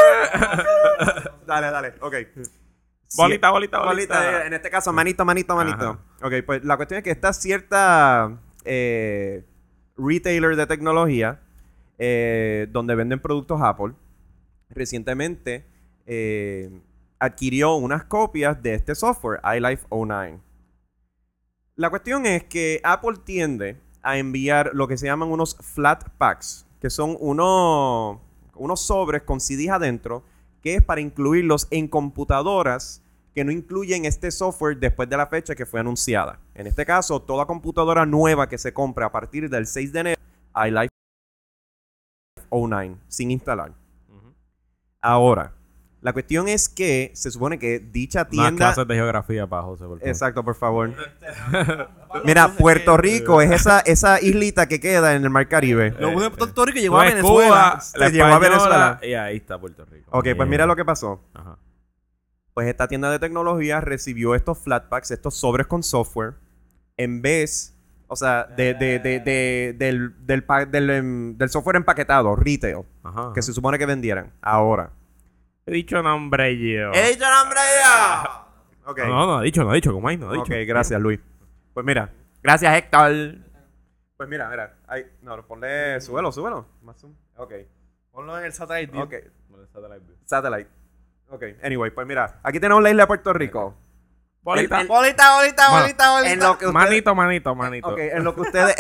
Dale, ok. Bolita. En este caso, manito. Ajá. Ok, pues la cuestión es que está cierta retailer de tecnología donde venden productos Apple. Recientemente adquirió unas copias de este software, iLife 09. La cuestión es que Apple tiende a enviar lo que se llaman unos flat packs, que son unos sobres con CDs adentro, que es para incluirlos en computadoras que no incluyen este software después de la fecha que fue anunciada. En este caso, toda computadora nueva que se compre a partir del 6 de enero, iLife 09, sin instalar. Ahora, la cuestión es que se supone que dicha Unas tienda... clases de geografía para José, por favor. Exacto, por favor. Mira, Puerto Rico es esa islita que queda en el Mar Caribe. Lo bueno de Puerto Rico Tú llegó a ves Venezuela. Cuba, la Te llevó a española, Venezuela. Y ahí está Puerto Rico. Ok, pues mira lo que pasó. Ajá. Pues esta tienda de tecnología recibió estos flat packs, estos sobres con software, en vez, o sea, del software empaquetado, retail, Ajá. que se supone que vendieran. Ahora. He dicho nombre yo. ¡He dicho nombre ya! Ok. No ha dicho, ¿cómo hay? No ha dicho. Ok, gracias, Luis. Pues mira. Gracias, Héctor. Pues mira. Ay, no, ponle... Súbelo. Más zoom. Ok. Ponlo en el satellite view. Ok. Satellite. Ok. Anyway, pues mira. Aquí tenemos la isla de Puerto Rico. Bolita. Bolita. En lo que ustedes... Manito. Ok, en lo que ustedes...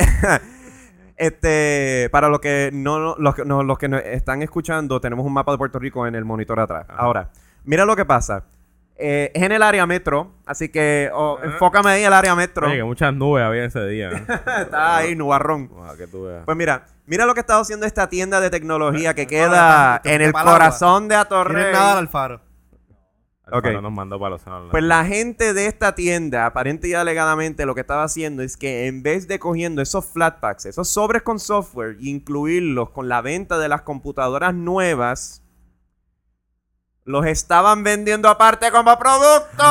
para los que los que nos están escuchando, tenemos un mapa de Puerto Rico en el monitor atrás. Ajá. Ahora, mira lo que pasa. Es en el área metro, así que enfócame ahí el área metro. Oye, que muchas nubes había ese día. ¿eh? Está ahí, nubarrón. Que tú veas. Pues mira lo que está haciendo esta tienda de tecnología que queda en el corazón de Atorrey. Tienen nada al Alfaro. Alfaro ok. nos mandó para los salón. Pues la gente de esta tienda, aparente y alegadamente, lo que estaba haciendo es que en vez de cogiendo esos flat packs, esos sobres con software, e incluirlos con la venta de las computadoras nuevas, los estaban vendiendo aparte como producto.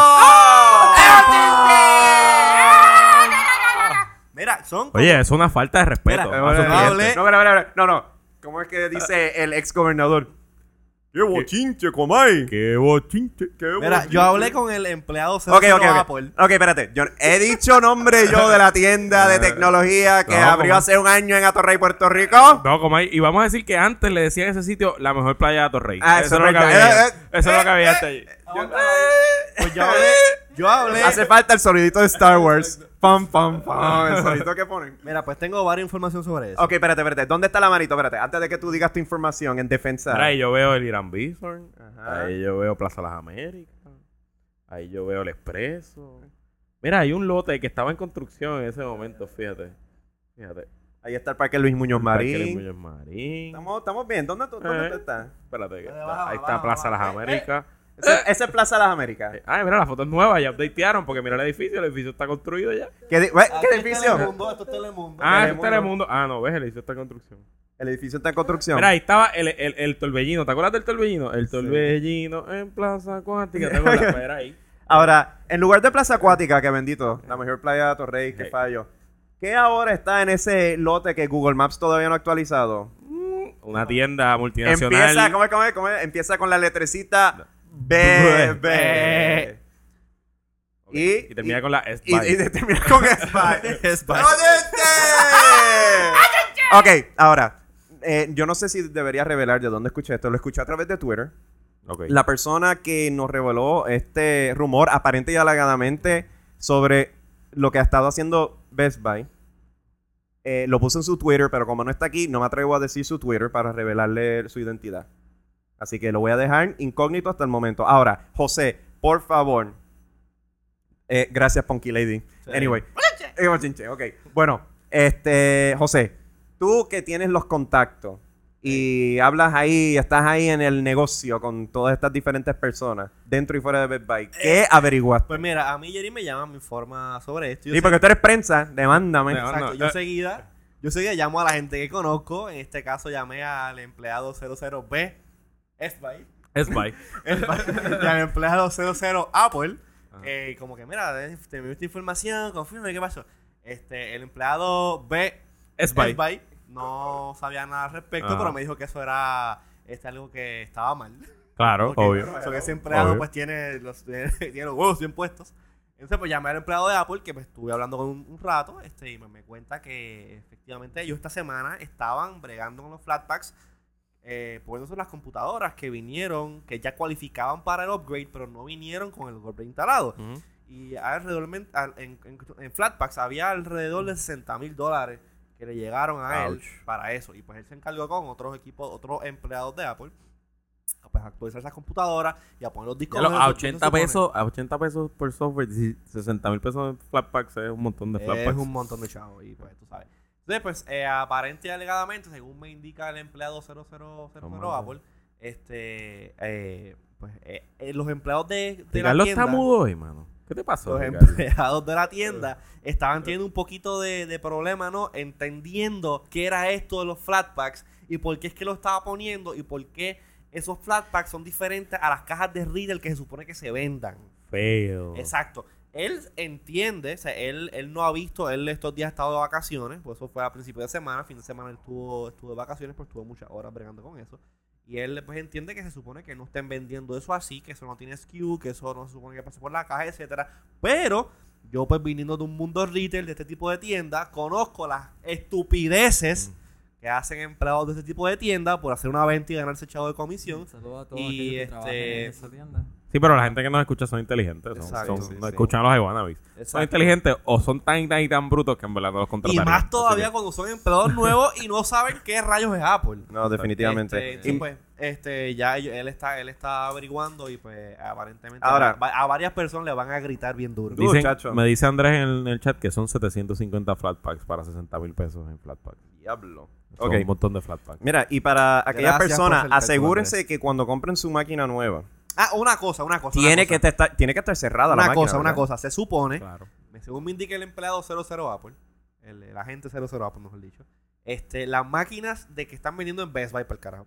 Mira, son... Oye, es una falta de respeto. Mira, a su hable- cliente. No. ¿Cómo es que dice el ex gobernador? ¡Qué bochinche, Comay! ¡Qué bochinche! Mira, yo hablé con el empleado Ok, Apple. espérate. Yo he dicho nombre yo de la tienda de tecnología que No, abrió ¿cómo? hace un año en Atorrey, Puerto Rico. No, como hay. Y vamos a decir que antes le decían a ese sitio la mejor playa de Atorrey. Ah, eso eso es es lo que verdad. había. Eso es lo que había hasta allí. Pues yo hablé... Hace falta el sonidito de Star Wars. Pam, pam, pam. El sonidito que ponen. Mira, pues tengo varias información sobre eso. Ok, espérate. ¿Dónde está la manito? Espérate. Antes de que tú digas tu información en defensa. Mira, ahí yo veo el Irán Bithorn. Ajá. Ahí yo veo Plaza Las Américas. Ahí yo veo el Expreso. Mira, hay un lote que estaba en construcción en ese momento, fíjate. Ahí está el Parque Luis Muñoz Parque Marín. Muñoz Marín. Estamos bien. ¿Dónde tú estás? Espérate, que Baja, ahí está baja, Plaza baja. Las Américas. Ese es Plaza Las Américas. Ay, mira, la foto es nueva, ya updatearon porque mira el edificio está construido ya. ¿Qué edificio? Esto es Telemundo. Ah, es Telemundo. Ah, no, ves, el edificio está en construcción. El edificio está en construcción. Mira, ahí estaba el torbellino. ¿Te acuerdas del torbellino? El torbellino en Plaza Acuática. ¿Te acuerdas? Pues era ahí. Ahora, en lugar de Plaza Acuática, que bendito, la mejor playa de Torrey, que Sí. fallo. ¿Qué ahora está en ese lote que Google Maps todavía no ha actualizado? Una tienda multinacional. Empieza, ¿cómo es? Empieza con la letrecita B. Ok, y termina con la S. Y termina con Spy. Spy. Ok, ahora, yo no sé si debería revelar de dónde escuché esto. Lo escuché a través de Twitter. Ok. La persona que nos reveló este rumor, aparente y alegadamente, sobre lo que ha estado haciendo Best Buy, Lo puso en su Twitter, pero como no está aquí, no me atrevo a decir su Twitter para revelarle su identidad. Así que lo voy a dejar incógnito hasta el momento. Ahora, José, por favor. Gracias, Punky Lady. Sí. Anyway. Ok. Bueno, José, tú que tienes los contactos y hablas ahí, estás ahí en el negocio con todas estas diferentes personas, dentro y fuera de Best Buy, ¿qué averiguaste? Pues mira, a mí Jerry me llama, me informa sobre esto. Sí, porque tú eres prensa, demándame. Exacto. No, Yo seguida llamo a la gente que conozco. En este caso llamé al empleado 00B F-Buy. Es bye. Y al empleado 00 Apple. Como que mira, te envío esta información, confirme qué pasó. El empleado B Es bye. F-Buy no sabía nada al respecto, pero me dijo que eso era algo que estaba mal. Claro, Porque, obvio. so que ese empleado Obvio. pues tiene los huevos bien puestos. Entonces pues llamé al empleado de Apple, que pues estuve hablando con un rato, y me cuenta que efectivamente ellos esta semana estaban bregando con los flatpaks, poniéndose las computadoras que vinieron, que ya cualificaban para el upgrade, pero no vinieron con el upgrade instalado. Ujú. Y alrededor, en flatpaks había alrededor de $60,000 que le llegaron a él Ouch. para eso. Y pues él se encargó con otros empleados de Apple a pues, actualizar esas computadoras y a poner los discos. Ya lo- a duros, 80 pesos, a 80 pesos por software, 60,000 pesos en flatpaks es un montón de es flatpaks. un montón de chavos. Y pues tú sabes. Entonces, pues, aparente y alegadamente, según me indica el empleado 0000 Apple, los empleados de la Ricardo tienda. está mudo hoy, mano. ¿Qué te pasó, Los Ricardo? empleados de la tienda estaban teniendo un poquito de problema, ¿no? Entendiendo qué era esto de los flatpaks y por qué es que lo estaba poniendo y por qué esos flatpaks son diferentes a las cajas de retail que se supone que se vendan. Feo. Exacto. Él entiende, o sea, él no ha visto, él estos días ha estado de vacaciones, pues eso fue a principio de semana, fin de semana él estuvo de vacaciones, pues estuvo muchas horas bregando con eso. Y él pues entiende que se supone que no estén vendiendo eso así, que eso no tiene SKU, que eso no se supone que pase por la caja, etcétera. Pero yo pues viniendo de un mundo retail, de este tipo de tiendas, conozco las estupideces que hacen empleados de este tipo de tiendas por hacer una venta y ganarse chavo de comisión. Saludos a todos Y aquellos que trabajan en esa tienda. Sí, pero la gente que nos escucha son inteligentes. Exacto, Son, sí, no sí. escuchan a los iWannabes. Son Exacto. inteligentes o son tan brutos que en verdad no los Y contratarían. más todavía Así cuando son empleados nuevos y no saben qué rayos es Apple. No, definitivamente. Sí, pues, ya él está averiguando y pues aparentemente Ahora- a varias personas le van a gritar bien duro. que dicen- chacho. me dice Andrés en el chat que son 750 flatpaks para 60,000 pesos en flatpaks. Diablo. Son Ok. un montón de flatpaks. Mira, y para aquellas Gracias personas, por hacer el cálculo, asegúrense Andrés. que cuando compren su máquina nueva, Una cosa. tiene que estar cerrada la máquina. Una ¿verdad? cosa. Se supone, Claro. según me indica el empleado 00 Apple, el agente 00 Apple, mejor dicho, las máquinas de que están vendiendo en Best Buy para el carajo.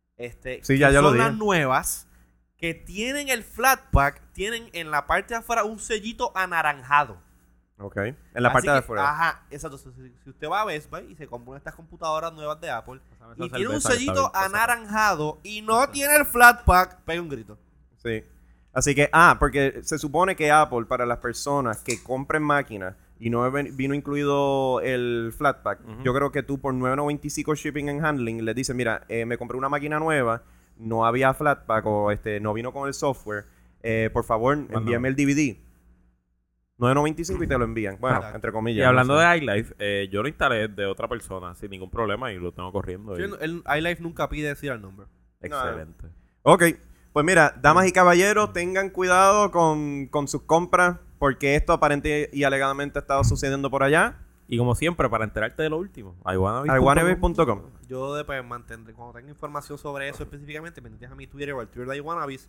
Sí, ya que lo son dije. las nuevas que tienen el flatpack, tienen en la parte de afuera un sellito anaranjado. Ok. En la Así parte de que, afuera. Ajá, exacto. Si usted va a Best Buy y se compra una de estas computadoras nuevas de Apple y tiene un cerveza que sellito está bien pasada. anaranjado y no tiene el flatpack, pega un grito. Sí. Así que, porque se supone que Apple, para las personas que compren máquinas y no vino incluido el flatpack, Ujú. yo creo que tú por $9.95 shipping and handling les dices, mira, me compré una máquina nueva, no había flatpack o no vino con el software, por favor, envíame el DVD. $9.95 y te lo envían. Bueno, Exacto. entre comillas. Y hablando no sé. de iLife, yo lo instalé de otra persona sin ningún problema y lo tengo corriendo. y- El iLife nunca pide serial number. Excelente. Ok, pues mira, damas y caballeros, tengan cuidado con sus compras, porque esto aparente y alegadamente ha estado sucediendo por allá. Y como siempre, para enterarte de lo último, iWannabes.com. Yo después mantendré, cuando tenga información sobre eso específicamente, me metes a mi Twitter o al Twitter de iWannabes,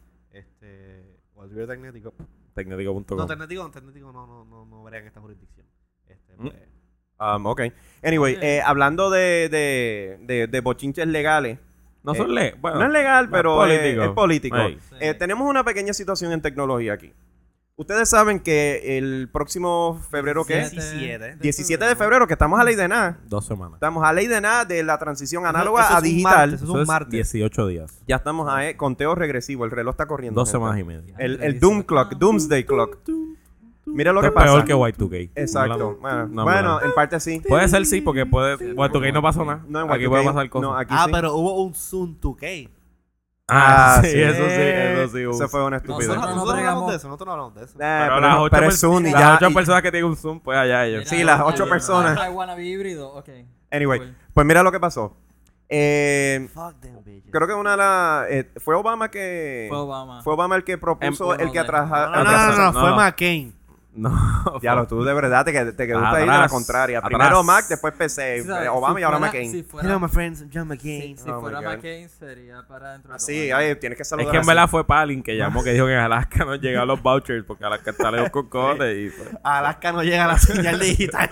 o al Twitter Tecnético. Tecnético.com. No, Tecnético no brega en esta jurisdicción. Pues, Ok. Anyway, hablando de bochinches legales. No son bueno, No es legal, pero político. es político. Ey. Sí. Tenemos una pequeña situación en tecnología aquí. Ustedes saben que el próximo febrero, ¿qué es? 17 de febrero, que estamos a ley de nada. 2 semanas. Estamos a ley de nada de la transición análoga Eso a es un digital. martes, eso es Eso un es martes. 18 días. Ya estamos a conteo regresivo. El reloj está corriendo. 2 gente. semanas y media. El Doom Clock, Doomsday Clock. Mira lo Esto que es peor pasa. que Y2K. Exacto. No, Bueno, en parte sí. Puede ser sí, porque puede. Y2K no pasó nada. No, en Aquí Y2K puede pasar cosas. no, aquí Ah, sí. pero hubo un Zoom 2K. Eso sí. Eso fue una estupidez. Nosotros Nosotros no hablamos de eso, nosotros no hablamos de eso. Pero las ocho, pero es Zoom y las ya. 8 personas que tienen un Zoom, pues allá ellos. Sí, las 8 personas. I wanna be híbrido, ok. Anyway, Cool. pues mira lo que pasó. Fuck them bitches. Creo que una de las... ¿Fue Obama que...? Fue Obama. El que propuso, Bueno, el que de- atraja... No, no. fue McCain. No. Ya tú de verdad te quedaste ahí de la Atrás, contraria. atrás. Primero Mac, después PC. Sí, ¿sabes? Obama Si y ahora fuera- McCain. Si fuera, Hello, my friends, I'm John McCain. si Oh, fuera my God. McCain sería para dentro de Sí, 2 años. tienes que Es saludar que en así. verdad fue Palin que llamó, que dijo que en Alaska no llegaban los vouchers porque Alaska está lejos con cojones y pues... Alaska no llega a la señal digital.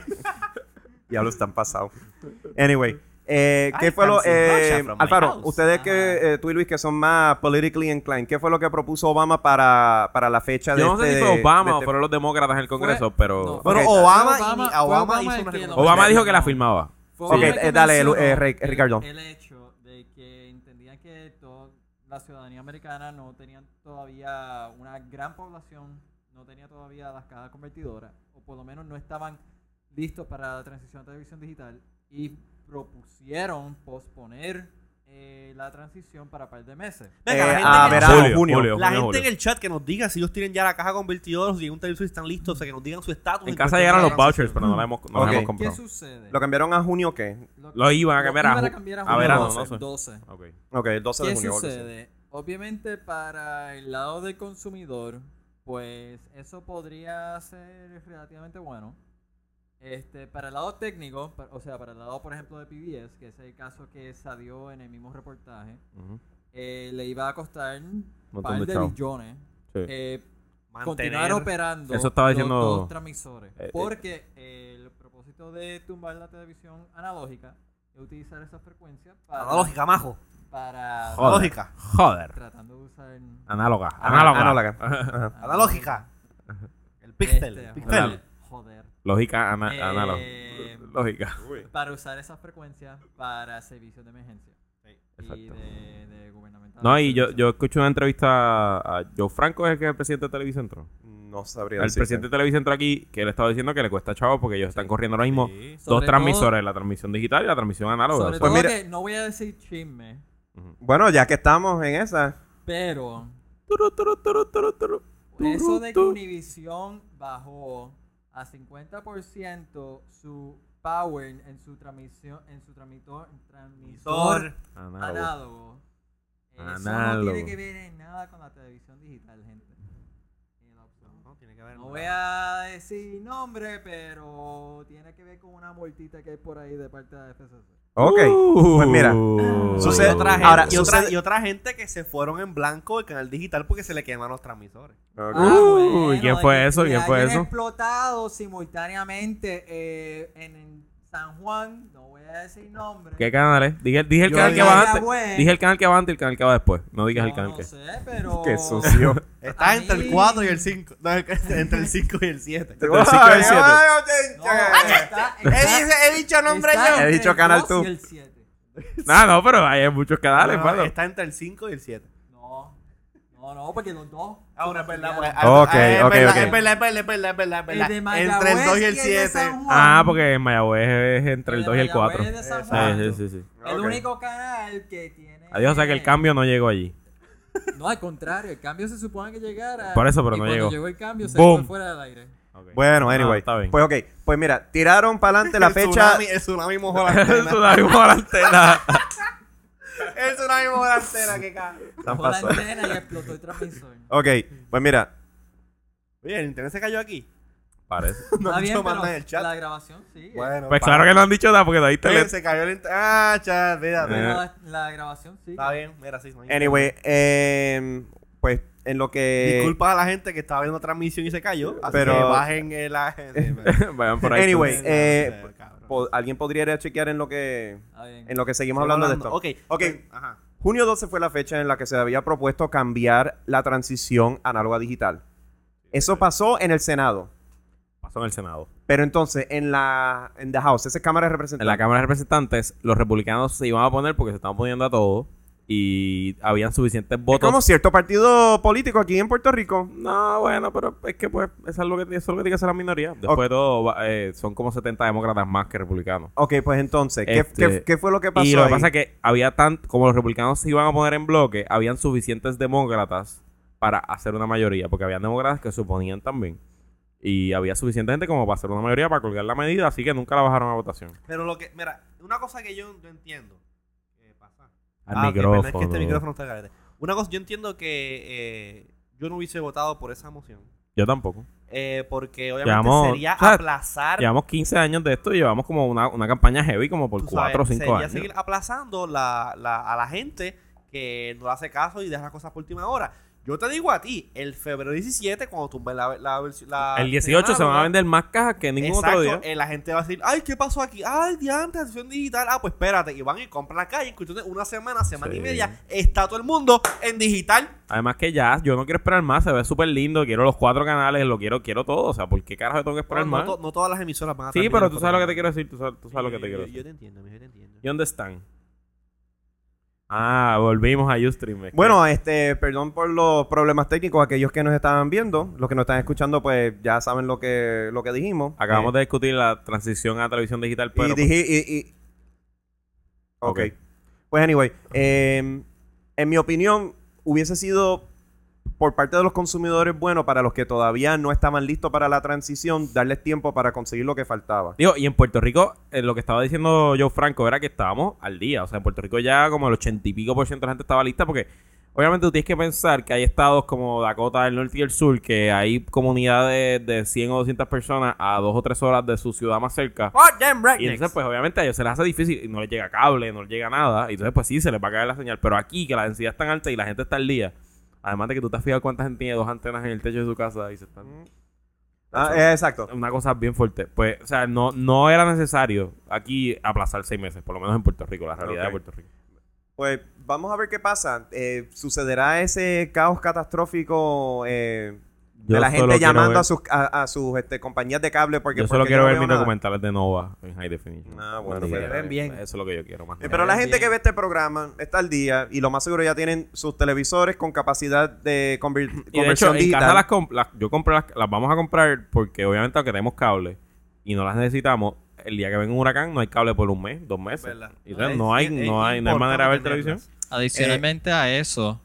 Ya lo están pasados. Anyway, ¿qué Ay, fue lo... fancy Russia from my Alfaro, house. ustedes que... tú y Luis, que son más politically inclined, ¿qué fue lo que propuso Obama para la fecha de Yo no sé este- si fue Obama de o este- fueron los demócratas en el Congreso, pero... no, Bueno, Ok. Obama, Fue Obama- y fue Obama Obama hizo el una que lo- recomendación. Obama dijo que la firmaba. Fue Ok, Obama el que dale, mencionó Ricardo. El hecho de que entendían que toda la ciudadanía americana no tenían todavía una gran población, no tenía todavía las cajas convertidoras, o por lo menos no estaban listos para la transición a televisión digital, y propusieron posponer la transición para un par de meses. Venga, la gente a en el verano, chat- junio. La gente en el chat que nos diga si ellos tienen ya la caja convertidora o si un televisor están listos, o sea, que nos digan su estatus. En casa llegaron los vouchers, pero no la hemos, no Ok. la hemos ¿Qué comprado. sucede? ¿Lo cambiaron a junio qué? Lo iban a cambiar a iban ju- a junio verano, 12, no sé. 12. Ok. Ok, el 12 de ¿Qué junio. algo así. sucede? Obviamente para el lado del consumidor, pues eso podría ser relativamente bueno. Para el lado técnico, o sea, para el lado, por ejemplo, de PBS, que es el caso que salió en el mismo reportaje, Ujú. le iba a costar un Montón par de de chavo. billones Sí. continuar operando Eso estaba los diciendo- dos transmisores. eh, Porque el propósito de tumbar la televisión analógica es utilizar esa frecuencia para... Analógica, majo. Para... Joder. Analógica. Joder. Tratando de usar... Análoga. Análoga. Ajá. Analógica. El pixel. Este, Pixel. Joder. Lógica análoga. Eh, Lógica. Para usar esas frecuencias para servicios de emergencia. Y Exacto. de gubernamental. No, y yo escuché una entrevista a Joe Franco, es el que es el presidente de Televicentro. No sabría El decirte. presidente de Televicentro aquí, que él estaba diciendo que le cuesta chavo porque ellos están corriendo ahora mismo Sí. dos Sobre transmisores, todo- la transmisión digital y la transmisión análoga. Sobre O sea, todo mira- que no voy a decir chisme, Bueno, ya que estamos en esa. pero turu, turu, turu, turu, turu. eso de que Turu, Univision bajó a 50% su power en su transmisión, en su transmisor análogo. análogo. Eso no Análogo. tiene que ver en nada con la televisión digital, gente. En lo absoluto. No, tiene que ver. No voy a decir nombre, pero tiene que ver con una multita que hay por ahí de parte de la FCC. Ok. Pues mira. Sucede- Y otra gente, ahora, y, otra, sucede- y otra gente que se fueron en blanco del canal digital porque se le queman los transmisores. Ok. Uy, ¿quién fue de que- eso? que ¿Quién fue hayan eso? explotado simultáneamente en San Juan, no voy a decir nombre. ¿Qué canal es? Dije el Yo canal que diría va que antes. bueno. Dije el canal que va antes y el canal que va después. No digas el No, canal no que. sé, pero... Qué sucio. Está A entre mí- el 4 y el 5. No, entre el 5 y el 7. Entre el 5 y el 7. No, He dicho nombre está yo. He entre dicho el canal 2 tú. y el 7. No, pero hay muchos canales, mano. Está entre el 5 y el 7. No, porque los dos. Ahora es verdad. porque Ok, es ok, verdad, ok. Es verdad. el de Mayagüez Entre el 2 y el y de 7. San Juan, Ah, porque en Mayagüez es entre el de 2 y el 4. Mayagüez de San Exacto. Juan. Sí. El Ok. único canal que tiene... Adiós, o sea que el cambio no llegó allí. No, al contrario, el cambio se supone que llegara. Por eso, pero y no cuando llegó. llegó el cambio se Boom. fue fuera del aire. Bueno, anyway. está bien. Pues ok. Pues mira, tiraron para adelante la fecha. El tsunami mojó la Eso antena. da mismo la antena. El tsunami mojó la antena, que cago. Están Bajó la pasando. antena y explotó el transmisor. Ok, pues mira. Oye, el internet se cayó aquí. Parece. No Está han bien, dicho más pero nada en el chat. la grabación sigue. Bueno, Pues claro que no han dicho nada porque ahí te Se cayó el internet. Ah, chat, fíjate. Pero Eh. la grabación sigue. Está bien, mira, sí. no hay Anyway, pues en lo que. Disculpa a la gente que estaba viendo transmisión y se cayó. Así Pero- que bajen el. Vayan por ahí. Anyway, Cabrón. alguien podría ir a chequear en lo que Está bien. seguimos hablando de esto. Ok. Ok. Ajá. Junio 12 fue la fecha en la que se había propuesto cambiar la transición análoga digital. Eso pasó en el Senado. Pasó en el Senado. Pero entonces, en the House, esa es Cámara de En Representantes. la Cámara de Representantes, los republicanos se iban a poner porque se estaban poniendo a todo. y habían suficientes Es votos. como cierto partido político aquí en Puerto Rico. No, bueno, pero es que pues eso es lo que tiene que hacer la minoría. Después de todo, son como 70 demócratas más que republicanos. Ok, pues entonces, ¿qué fue lo que pasó Y lo que ahí? pasa es que había como los republicanos se iban a poner en bloque, habían suficientes demócratas para hacer una mayoría, porque habían demócratas que se oponían también. Y había suficiente gente como para hacer una mayoría para colgar la medida, así que nunca la bajaron a votación. Pero mira, una cosa que yo no entiendo. ¿Qué pasa? Al ok, perdón, micrófono. es que este micrófono está caliente. Una cosa, yo entiendo que yo no hubiese votado por esa moción. Yo tampoco. Porque obviamente sería o sea, aplazar. Llevamos 15 años de esto y llevamos como una campaña heavy como por tú sabes, 4 o 5 sería años. seguir aplazando a la gente que no le hace caso y deja las cosas por última hora. Yo te digo a ti, el febrero 17, cuando tumben la El 18 se van a vender más cajas que ningún exacto, otro día. La gente va a decir, ay, ¿qué pasó aquí? Ay, diantre, sesión digital. Ah, pues espérate. Y van y compran la calle. En cuestión de una semana y media, está todo el mundo en digital. Además que ya, yo no quiero esperar más. Se ve súper lindo. Quiero los 4 canales. Quiero todo. O sea, ¿por qué carajo tengo que esperar más? No todas las emisoras van a Sí, pero tú sabes lo que te quiero decir. Tú sabes lo que te quiero decir. Yo te entiendo, yo te entiendo. ¿Y dónde están? Ah, volvimos a Ustream. Bueno, perdón por los problemas técnicos. Aquellos que nos estaban viendo, los que nos están escuchando, pues ya saben lo que dijimos. Acabamos de discutir la transición a televisión digital, pero... Ok. Pues anyway, en mi opinión, hubiese sido por parte de los consumidores bueno para los que todavía no estaban listos para la transición, darles tiempo para conseguir lo que faltaba. Digo, y en Puerto Rico, lo que estaba diciendo Joe Franco era que estábamos al día. O sea, en Puerto Rico ya como el 80 y pico % de la gente estaba lista porque obviamente tú tienes que pensar que hay estados como Dakota del Norte y el Sur que hay comunidades de 100 o 200 personas a 2 o 3 horas de su ciudad más cerca. Y entonces pues obviamente a ellos se les hace difícil y no les llega cable, no les llega nada. Y entonces pues sí, se les va a caer la señal. Pero aquí que la densidad es tan alta y la gente está al día, además de que tú te has fijado cuánta gente tiene 2 antenas en el techo de su casa y se están... Exacto. Una cosa bien fuerte. Pues, o sea, no era necesario aquí aplazar 6 meses, por lo menos en Puerto Rico, la realidad de Puerto Rico. Pues vamos a ver qué pasa. ¿Sucederá ese caos catastrófico de la gente llamando a sus compañías de cable? Yo solo quiero ver mis documentales de Nova en High Definition. Bueno, pues ven bien. Eso es lo que yo quiero más. Pero la gente que ve este programa está al día y lo más seguro ya tienen sus televisores con capacidad de conversión y de hecho, digital. en casa yo compré las vamos a comprar porque obviamente aunque tenemos cable y no las necesitamos, el día que venga un huracán no hay cable por 1 mes, 2 meses. ¿Verdad? Y entonces no hay manera de ver televisión. Adicionalmente a eso,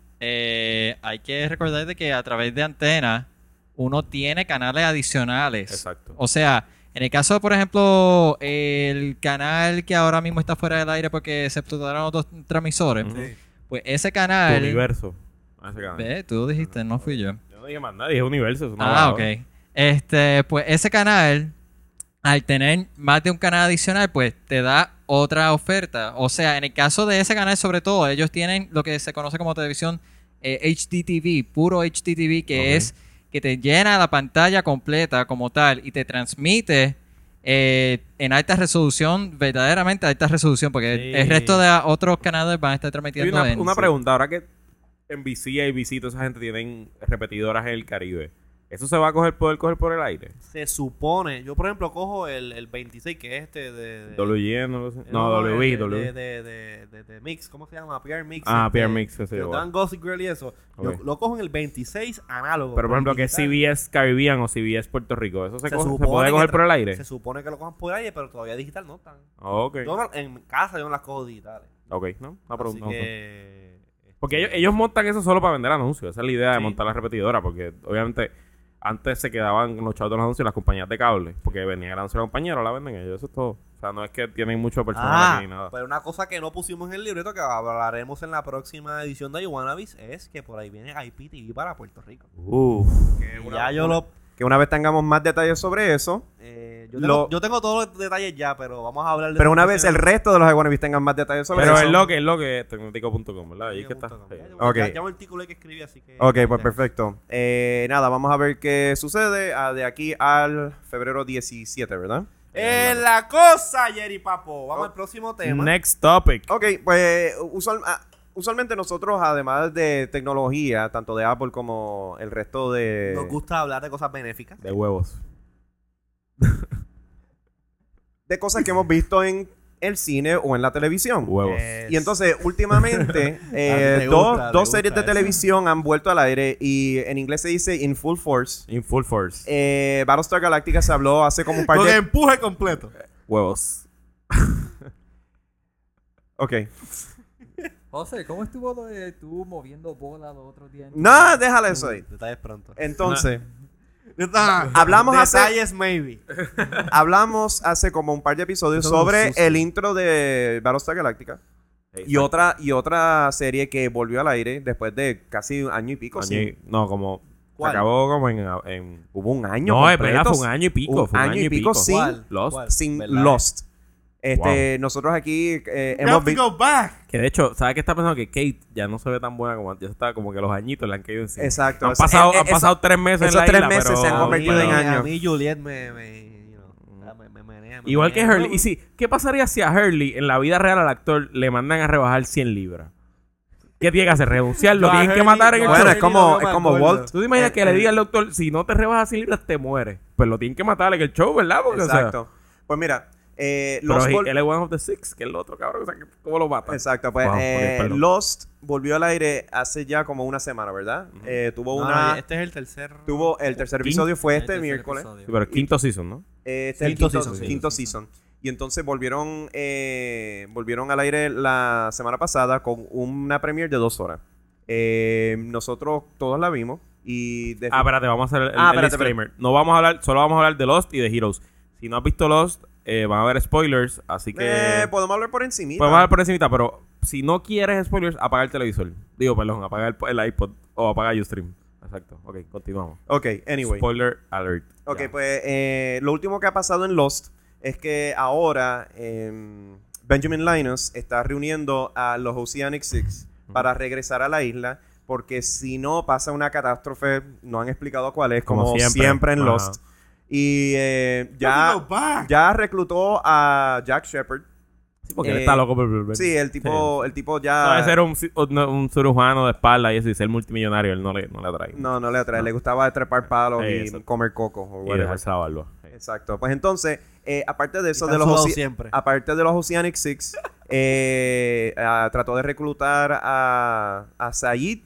hay que recordar de que a través de antenas uno tiene canales adicionales. Exacto. O sea, en el caso, por ejemplo, el canal que ahora mismo está fuera del aire porque se explotaron otros transmisores, pues ese canal... Universo. Ese canal. Ve, tú dijiste, no fui yo. Yo no dije más nada, dije Universo. Es una ok. Pues ese canal, al tener más de un canal adicional, pues te da otra oferta. O sea, en el caso de ese canal, sobre todo, ellos tienen lo que se conoce como televisión HDTV, puro HDTV, que es que te llena la pantalla completa como tal y te transmite en alta resolución, verdaderamente alta resolución, porque el resto de otros canales van a estar transmitiendo una pregunta, ahora que NBC, ABC, toda esa gente tienen repetidoras en el Caribe, ¿eso se va a poder coger por el aire? Se supone. Yo, por ejemplo, cojo el 26, que es de WG, no lo sé. No, WB. De Mix, ¿cómo se llama? PR Mix. PR Mix, ese que dan Gossip Girl y eso. Yo lo cojo en el 26 análogo. Pero, por ejemplo, que es CBS Caribbean o CBS Puerto Rico, ¿eso se puede supone coger por el aire? Se supone que lo cojan por el aire, pero todavía digital no están. Ok. Yo en casa yo no las cojo digitales. Ok, ¿no? Una pregunta. Así que... Porque ellos montan eso solo para vender anuncios. Esa es la idea de montar la repetidora. Porque, obviamente... Antes se quedaban los chavos de los anuncios las compañías de cable. Porque venía el anuncio de la compañía, ahora la venden ellos. Eso es todo. O sea, no es que tienen mucho personal aquí ni nada. Pero una cosa que no pusimos en el libreto, que hablaremos en la próxima edición de iWannabes, es que por ahí viene IPTV para Puerto Rico. Que una vez tengamos más detalles sobre eso. Yo tengo todos los detalles ya, pero vamos a hablar de... Pero una vez el resto de los iWannabes tengan más detalles sobre eso. Pero es lo que es tecnotico.com, ¿verdad? Ahí que está. Ya me articulé que escribí, así que... Ok, pues perfecto. Nada, vamos a ver qué sucede de aquí al febrero 17, ¿verdad? La cosa, Jerry Papo. Vamos al próximo tema. Next topic. Ok, pues usualmente nosotros, además de tecnología, tanto de Apple como el resto de... Nos gusta hablar de cosas benéficas. De huevos. de cosas que hemos visto en el cine o en la televisión. Huevos. Y entonces, últimamente, dos series de televisión han vuelto al aire y en inglés se dice In Full Force. In full force. Battlestar Galactica se habló hace como un par Con de... empuje completo. Huevos. Ok. José, ¿cómo estuvo lo de tú moviendo bola los otros días? No, déjale eso ahí. Detalles pronto. Entonces, Hablamos hace- Detalles maybe. hablamos hace como un par de episodios Eso es sobre sucio. el intro de Battlestar Galactica. Y otra serie que volvió al aire después de casi un año y pico. sí. No, como... ¿Cuál? Se acabó como en... Hubo un año No, es completo verdad, fue un año y pico. Fue un año y pico. sin, ¿Cuál? Lost. ¿Cuál? sin ¿Verdad? Lost. Nosotros aquí hemos Have to visto... go back. Que de hecho, ¿sabes qué está pensando? Que Kate ya no se ve tan buena como antes. Ya está como que los añitos le han caído encima. Exacto. Han pasado, Eso- han pasado 3 meses en esos la 3 isla, meses pero... se han convertido en años. A mí Juliet me menea. Igual que Hurley. Y sí, ¿qué pasaría si a Hurley, en la vida real al actor, le mandan a rebajar 100 libras? ¿Qué tiene que hacer? ¿Renunciar? ¿Lo Yo a tienen que Hurley- matar en el Bueno, show? es como no me Walt. ¿Tú te imaginas que le diga al doctor, si no te rebajas 100 libras, te mueres? Pues lo tienen que matar en el show, ¿verdad? Porque, Exacto. Pues mira, pero Lost él es one of the six, que es el otro cabrón. O sea, ¿cómo lo mata? Exacto, pues Wow, ok, perdón. Lost volvió al aire hace ya como una semana, ¿verdad? Tuvo Este es el tercer. tuvo el tercer episodio fue este miércoles. Sí, pero el quinto season, ¿no? Este es el Quinto quinto, season, sí. quinto season. Y entonces volvieron al aire la semana pasada con una premiere de 2 horas. Nosotros todos la vimos y... Espérate, vamos a hacer el espérate, disclaimer. No vamos a hablar, solo vamos a hablar de Lost y de Heroes. Si no has visto Lost, van a haber spoilers, así que... podemos hablar por encima. Podemos hablar por encimita, pero si no quieres spoilers, apaga el televisor. Digo, perdón, apaga el iPod o apaga Ustream. Exacto. Ok, continuamos. Ok, anyway. Spoiler alert. Ok, Ya. pues lo último que ha pasado en Lost es que ahora Benjamin Linus está reuniendo a los Oceanic Six para regresar a la isla porque si no pasa una catástrofe, no han explicado cuál es, como siempre en Ajá. Lost. Y ya reclutó a Jack Shepard. Sí, porque él está loco por volver. Sí, el tipo ya... Sabe ser un cirujano de espalda y eso y ser multimillonario, él no le atrae. No le atrae. Le gustaba trepar palos y Eso. comer coco o Y whatever. dejarse la barba. Exacto. Pues entonces, aparte de eso, Y de tan sudado los siempre. aparte de los Oceanic Six, trató de reclutar a Sayid.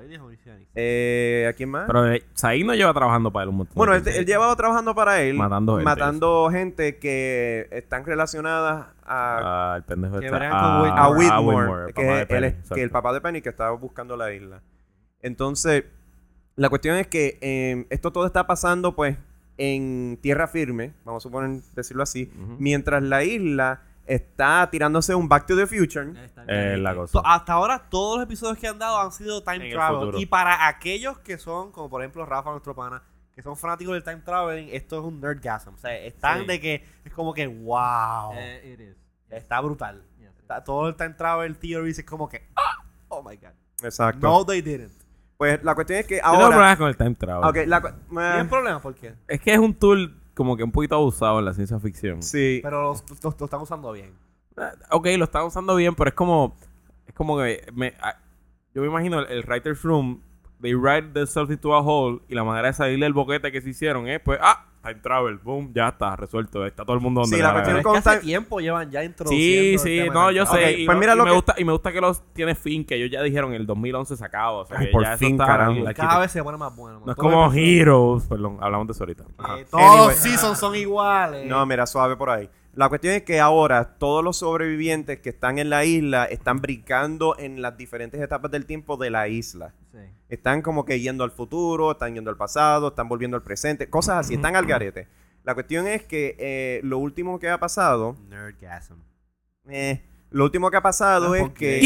¿A quién más? Pero Said no lleva trabajando para él un montón. Bueno, de él tiempo. llevaba trabajando para él. Matando gente, gente que están relacionadas a El pendejo Que está. bregan con Whitmore. a Whitmore, el papá de Penny, exacto. que el papá de Penny que estaba buscando la isla. Entonces, la cuestión es que esto todo está pasando pues en tierra firme, vamos a suponer decirlo así, Ujú. mientras la isla está tirándose un Back to the Future. La cosa. Hasta ahora todos los episodios que han dado han sido En time el travel. futuro. Y para aquellos que son, como por ejemplo Rafa, nuestro pana, que son fanáticos del time traveling, esto es un nerdgasm. O sea, están Sí. de que es como que wow. It is. Está brutal. Yes. Todo el time travel theories es como que oh my god. Exacto. No, they didn't. Pues la cuestión es que Yo tengo ahora... problemas con el time travel. Ok, ¿Tienen problemas? ¿Por qué? Es que es un tool como que un poquito abusado en la ciencia ficción. sí. Pero lo están usando bien. Ok, lo están usando bien, pero es como que yo me imagino el writer's room, they write themselves into a hole y la manera de salirle el boquete que se hicieron es pues time travel, boom, ya está resuelto, está todo el mundo donde Sí, le la da cuestión gana. Pero es que hace time- tiempo llevan ya introduciendo Sí, el sí, tema no, del yo time sé. travel. Y, pues mira lo que- y me gusta que los tiene fin, que ellos ya dijeron en el 2011 se acabó. O sea, Ay, que por ya eso fin, está caramba. en la Cada chita. vez se pone más bueno. No es Todo como el episodio. Heroes, perdón, hablamos de eso ahorita. Ajá. Todos Anyway. los seasons son iguales. No, mira, suave por ahí. La cuestión es que ahora todos los sobrevivientes que están en la isla están brincando en las diferentes etapas del tiempo de la isla. Sí. Están como que yendo al futuro, están yendo al pasado, están volviendo al presente, cosas así, están al garete. La cuestión es que lo último que ha pasado, Nerdgasm. lo último que ha pasado Ah, es ¿por qué?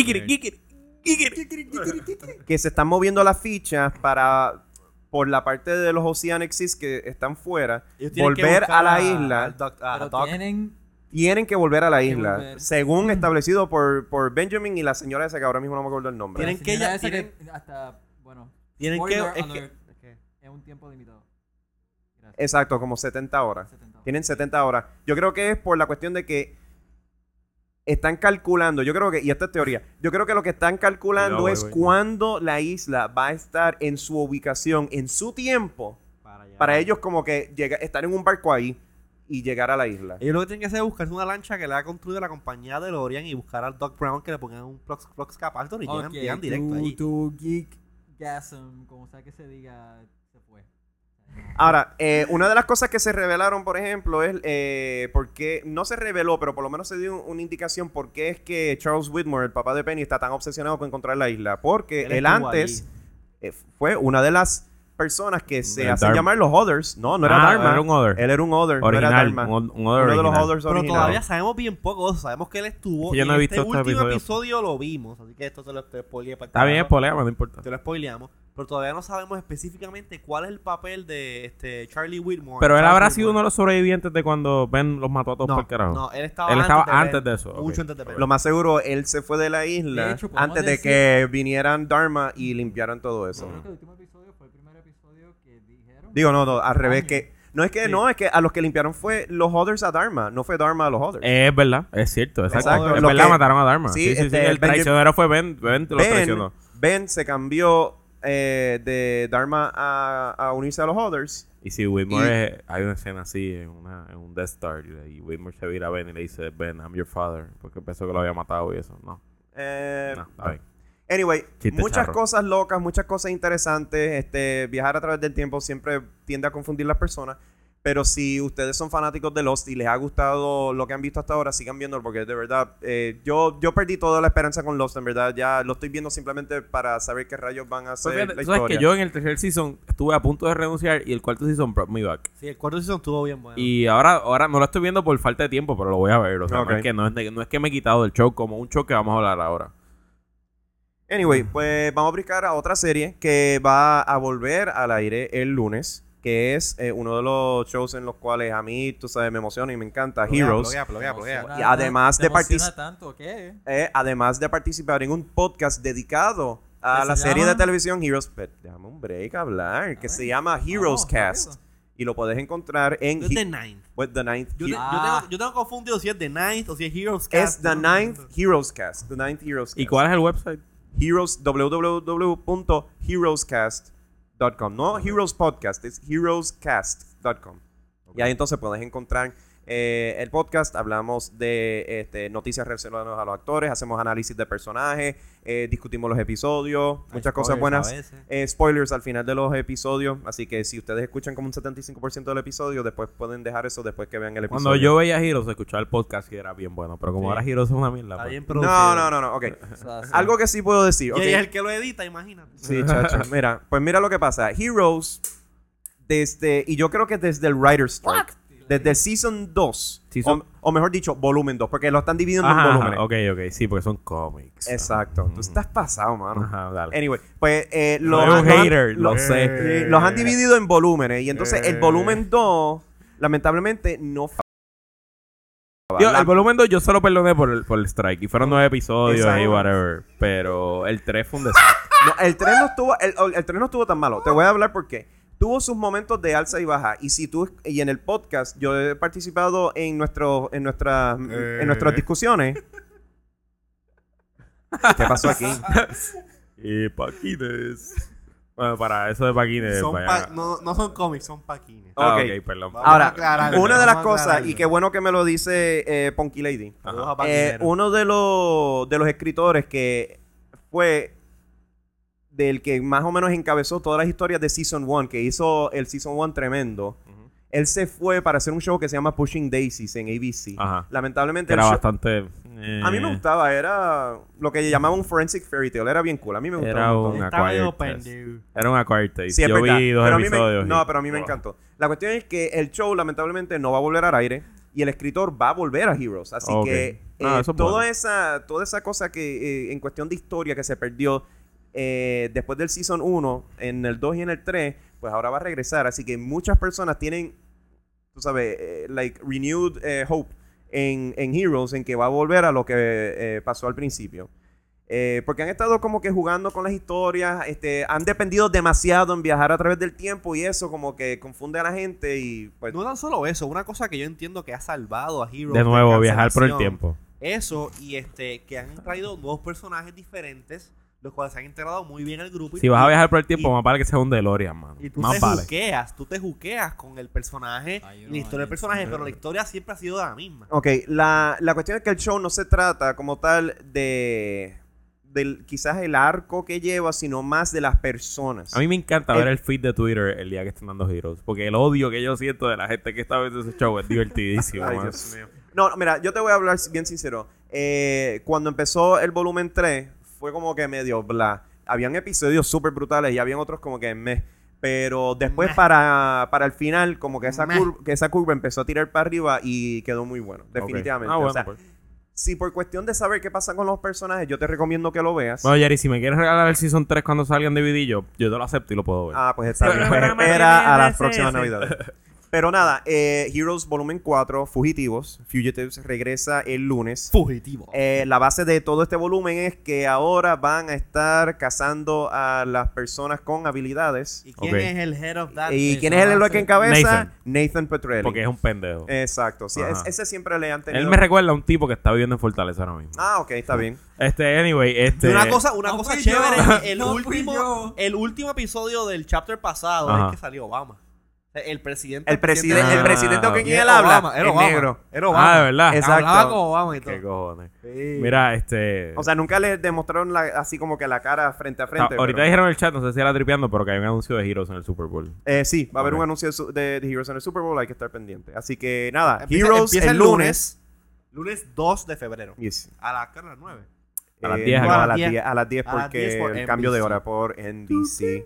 que se están moviendo las fichas por la parte de los Oceanic Six que están fuera, Ellos tienen que volver buscar a la isla. al Pero Doc. Tienen que volver a la que isla, volver. según establecido por Benjamin y la señora esa que ahora mismo no me acuerdo el nombre. Tienen que ya- tienen- hasta, bueno, Tienen que... spoiler Es que alert, es un tiempo limitado. Gracias. Exacto, como 70 horas. 70. Tienen 70 horas. Yo creo que es por la cuestión de que están calculando, yo creo que, y esta es teoría, yo creo que lo que están calculando Cuidado, es güey. cuándo la isla va a estar en su ubicación, en su tiempo, para ellos como que estar en un barco ahí y llegar a la isla. Ellos lo que tienen que hacer es buscarse una lancha que le ha construido la compañía de DeLorean y buscar al Doc Brown que le pongan un Flux Capacitor y llegan directo ahí. Tu geekgasm, como sea que se diga, se fue. Ahora, una de las cosas que se revelaron, por ejemplo, es porque no se reveló, pero por lo menos se dio una indicación por qué es que Charles Whitmore, el papá de Penny, está tan obsesionado con encontrar la isla. Porque él antes fue una de las personas que se hacen llamar los Others. No era Dharma. Era un Other. Él era un Other, original, no era Dharma. un Uno Other de los original. Others Pero originales. todavía sabemos bien poco. Sabemos que él estuvo. Yo no he visto este este último episodio. episodio lo vimos. Así que esto se lo spoileé para Está bien, spoileamos, no importa. te lo spoileamos. Pero todavía no sabemos específicamente cuál es el papel de Charlie Whitmore. Pero él Charles habrá Whitmore. sido uno de los sobrevivientes de cuando Ben los mató a todos por el carajo. No, él estaba antes de eso. Mucho Ok. antes de Ben. Lo más seguro, él se fue de la isla De hecho, podemos antes de decir- que vinieran Dharma y limpiaran todo eso. Creo que el último episodio fue el primer episodio que dijeron. Digo, no, al revés, Años. que... No es que Sí. no, es que a los que limpiaron fue los Others a Dharma, no fue Dharma a los Others. Es verdad, es cierto, exacto. Exacto. Es Lo verdad, que- mataron a Dharma. sí, Sí, el Ben- traicionero fue Ben. Ben lo traicionó. Ben se cambió de Dharma a unirse a los Others. Y si Whitmore hay una escena así en un Death Star y Whitmore se vira a Ben y le dice, Ben, I'm your father, porque pensó que lo había matado y eso. No, está bien. Anyway, Chiste muchas charro. cosas locas, muchas cosas interesantes. Viajar a través del tiempo siempre tiende a confundir las personas. Pero si ustedes son fanáticos de Lost y les ha gustado lo que han visto hasta ahora, sigan viéndolo porque de verdad yo perdí toda la esperanza con Lost, en verdad. Ya lo estoy viendo simplemente para saber qué rayos van a hacer Pues fíjate, la tú sabes historia. que yo en el tercer season estuve a punto de renunciar y el cuarto season brought me back. Sí, el cuarto season estuvo bien bueno. Y ahora no lo estoy viendo por falta de tiempo, pero lo voy a ver. O sea, Ok. no es que me he quitado del show como un show que vamos a hablar ahora. Anyway, pues vamos a brincar a otra serie que va a volver al aire el lunes, que es uno de los shows en los cuales a mí, tú sabes, me emociona y me encanta, Heroes. Pluguea. Y además ¿Te de emociona tanto qué? Además de participar en un podcast dedicado a ¿Qué la se serie llama? de televisión Heroes. Déjame un break a hablar, que se llama Heroes Cast. rápido. Y lo puedes encontrar en Es The Ninth. The Ninth. Yo tengo confundido si es The Ninth o si es Heroes Es Cast. The Ninth Heroes Cast. The Ninth Heroes Cast. ¿Y cuál es el website? www.heroescast.com. No Heroes Podcast, es heroescast.com. Y ahí entonces puedes encontrar el podcast. Hablamos de noticias relacionadas a los actores, hacemos análisis de personajes, discutimos los episodios, muchas cosas buenas. Spoilers al final de los episodios. Así que si ustedes escuchan como un 75% del episodio, después pueden dejar eso después que vean el episodio. Cuando yo veía Heroes, escuchaba el podcast y era bien bueno. Pero como Sí. ahora Heroes es una mierda. Está pues. bien producido. No, ok. O sea, sí. Algo que sí puedo decir. Y ok. ella es el que lo edita, imagínate. Sí, chacho. Mira, pues mira lo que pasa. Heroes, y yo creo que desde el Writer's Strike, desde el Season 2, o mejor dicho, Volumen 2, porque lo están dividiendo en volúmenes. Ok, sí, porque son cómics. Exacto. Tú estás pasado, mano. Ajá, dale. Anyway, pues No es un hater, lo sé. los han dividido en volúmenes. Y entonces el volumen 2, lamentablemente, no El volumen 2 yo solo perdoné por el strike. Y fueron 9 episodios Exacto. y whatever. Pero el 3 fue un desastre. No, el 3 no estuvo tan malo. Te voy a hablar por qué. Tuvo sus momentos de alza y baja. Y en el podcast, yo he participado en nuestras discusiones. ¿Qué pasó aquí? Y paquines. Bueno, para eso de paquines. vaya. No son cómics, son paquines. Ah, Ok. ok, perdón. Vamos a Ahora, aclararlo, una de las vamos a cosas, aclararlo. y qué bueno que me lo dice Punky Lady. Saludos a paquineros. Uno de los escritores que fue del que más o menos encabezó todas las historias de Season 1, que hizo el Season 1 tremendo. Él se fue para hacer un show que se llama Pushing Daisies en ABC. Ajá. Lamentablemente Que era el show- bastante... a mí me gustaba, era lo que llamaban un forensic fairy tale, era bien cool, a mí me gustaba. Era un montón. un Está medio acquired taste. pendejo. Era un acquired taste. Sí, es Yo verdad. vi 2 Pero a mí episodios. pero a mí me encantó. La cuestión es que el show lamentablemente no va a volver al aire y el escritor va a volver a Heroes. Así Ok. que Ah, eso es toda bueno. esa cosa que en cuestión de historia que se perdió después del Season 1, en el 2 y en el 3, pues ahora va a regresar. Así que muchas personas tienen, tú sabes, renewed hope en Heroes, en que va a volver a lo que pasó al principio. Porque han estado como que jugando con las historias, han dependido demasiado en viajar a través del tiempo y eso como que confunde a la gente y pues... No tan solo eso, una cosa que yo entiendo que ha salvado a Heroes De nuevo, viajar por el cancelación. tiempo. Eso y que han traído nuevos personajes diferentes los cuales se han integrado muy bien al grupo. Si vas a viajar por el tiempo, más vale que sea un DeLorean, mano. Y tú más vale. tú te juqueas con el personaje y la historia del personaje, pero la historia siempre ha sido la misma. Ok, la cuestión es que el show no se trata como tal de quizás el arco que lleva, sino más de las personas. A mí me encanta ver el feed de Twitter el día que están dando Heroes, porque el odio que yo siento de la gente que está viendo ese show es divertidísimo. Ay, man. Dios mío. No, mira, yo te voy a hablar bien sincero. Cuando empezó el volumen 3, fue como que medio bla. Habían episodios súper brutales y habían otros como que meh. Pero después para el final, como que esa curva empezó a tirar para arriba y quedó muy bueno. Definitivamente. Okay. Bueno, o sea, pues. si por cuestión de saber qué pasa con los personajes, yo te recomiendo que lo veas. Bueno, Jerry, si me quieres regalar el Season 3 cuando salga en DVD, yo te lo acepto y lo puedo ver. Ah, pues está bien. Pues espera a las próximas navidades. Pero nada, Heroes Volumen 4, Fugitives, regresa el lunes. Fugitivo. La base de todo este volumen es que ahora van a estar cazando a las personas con habilidades. ¿Y quién es el head of that? ¿Y quién es el héroe que encabeza? Nathan Petrelli. Porque es un pendejo. Exacto. Sí, ese siempre le han tenido. Él me recuerda a un tipo que está viviendo en Fortaleza ahora mismo. Ah, ok, está bien. Anyway, Y una cosa chévere, yo. el último episodio del chapter pasado Ajá. es que salió Obama. El presidente El presidente con quien él Obama, habla era es Obama. negro. Era Obama. Ah, de verdad. Exacto. Hablaba con Obama y todo. Qué cojones. Sí. Mira, O sea, nunca le demostraron así como que la cara frente a frente. ahorita pero- dijeron en el chat, no sé si era tripeando, pero que hay un anuncio de Heroes en el Super Bowl. Sí, va a haber Ok. un anuncio de Heroes en el Super Bowl, hay que estar pendiente. Así que nada, Empieza el lunes. Lunes 2 de febrero. Yes. A las 9. A las 10 no, acá. a las 10. A las 10 A las porque 10 por el cambio de NBC. hora por NBC.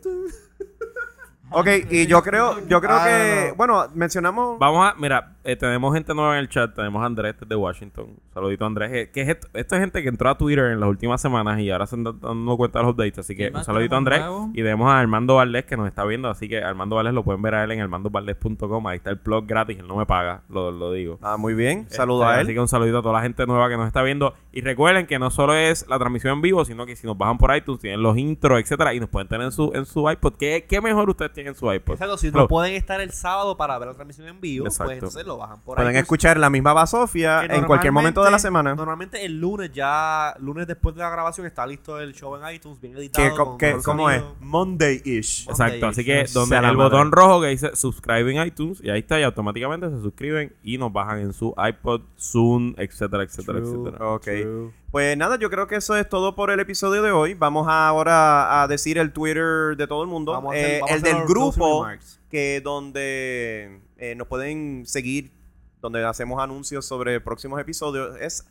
Ok, y yo creo que... no. Bueno, mencionamos... Mira, tenemos gente nueva en el chat. Tenemos a Andrés de Washington. Saludito a Andrés. ¿Qué es esto? Esto es gente que entró a Twitter en las últimas semanas y ahora se están dando cuenta de los updates. Así que ¿Quién un más saludito a tenemos Andrés. nuevo? Y tenemos a Armando Valdés que nos está viendo. Así que Armando Valdés lo pueden ver a él en armandovaldés.com. Ahí está el plug gratis. Él no me paga, lo digo. Ah, muy bien. Saludos a Así él. que un saludito a toda la gente nueva que nos está viendo. Y recuerden que no solo es la transmisión en vivo, sino que si nos bajan por iTunes, tienen los intros, etcétera, y nos pueden tener en su iPod. ¿Qué mejor ustedes tienen en su iPod? Exacto, si Claro. no pueden estar el sábado para ver la transmisión en vivo, Exacto. pues entonces lo bajan por Pueden iTunes. escuchar la misma basofia Que en cualquier momento de la semana. Normalmente el lunes después de la grabación está listo el show en iTunes, bien editado. ¿Cómo es? Monday-ish. Exacto, así que donde Sea la el madre. botón rojo que dice subscribe en iTunes, y ahí está, y automáticamente se suscriben y nos bajan en su iPod, Zoom, etcétera, etcétera, etcétera. Ok. Pues nada, yo creo que eso es todo por el episodio de hoy. Vamos ahora a decir el Twitter de todo el mundo. Vamos a El hacer del los grupo, closing remarks. que donde nos pueden seguir, donde hacemos anuncios sobre próximos episodios, es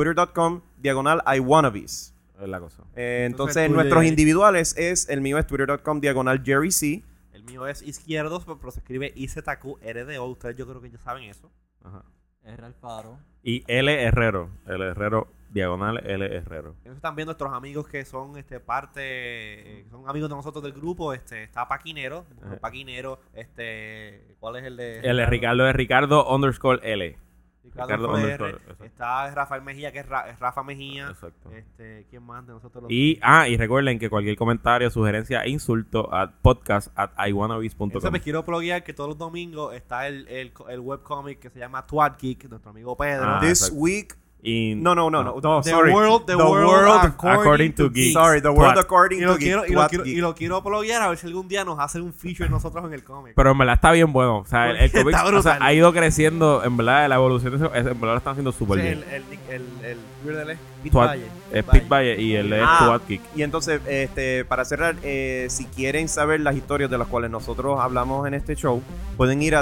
twitter.com/iwannabes. Es la cosa. Entonces, Twitter- nuestros individuales es, el mío es twitter.com/JerryC. El mío es izquierdos, pero se escribe IZQRDO. Ustedes yo creo que ya saben eso. Ajá. R. Alfaro. Y L Herrero, L Herrero, diagonal L Herrero. Ellos están viendo nuestros amigos que son parte, que son amigos de nosotros del grupo. Está Paquinero, Paquinero, ¿cuál es el de? L Ricardo de Ricardo_L. Ricardo PR, underscore, exacto. está Rafael Mejía, que es Rafa Mejía. Exacto. ¿Quién más de nosotros? Y recuerden que cualquier comentario, sugerencia, insulto a podcast@iwannabes.com. Entonces me quiero pluguear que todos los domingos está el webcomic que se llama Twat Geek, nuestro amigo Pedro. Ah, This exacto. week... Y No, The sorry. world according to geeks. Sorry, the world Twat. according Y to lo quiero, geek. y lo Twat quiero, geek. y lo quiero pluguear a ver si algún día nos hacen un feature nosotros en el cómic. Pero en verdad está bien bueno. O sea, el cómic Está brutal. ha ido creciendo. En verdad, la evolución de eso, en verdad lo están haciendo súper Sí, bien. el Twitter de él es Pete Twat- Valle. Es Pete Valle y él es Twat Geek. Y entonces, para cerrar, si quieren saber las historias de las cuales nosotros hablamos en este show, pueden ir a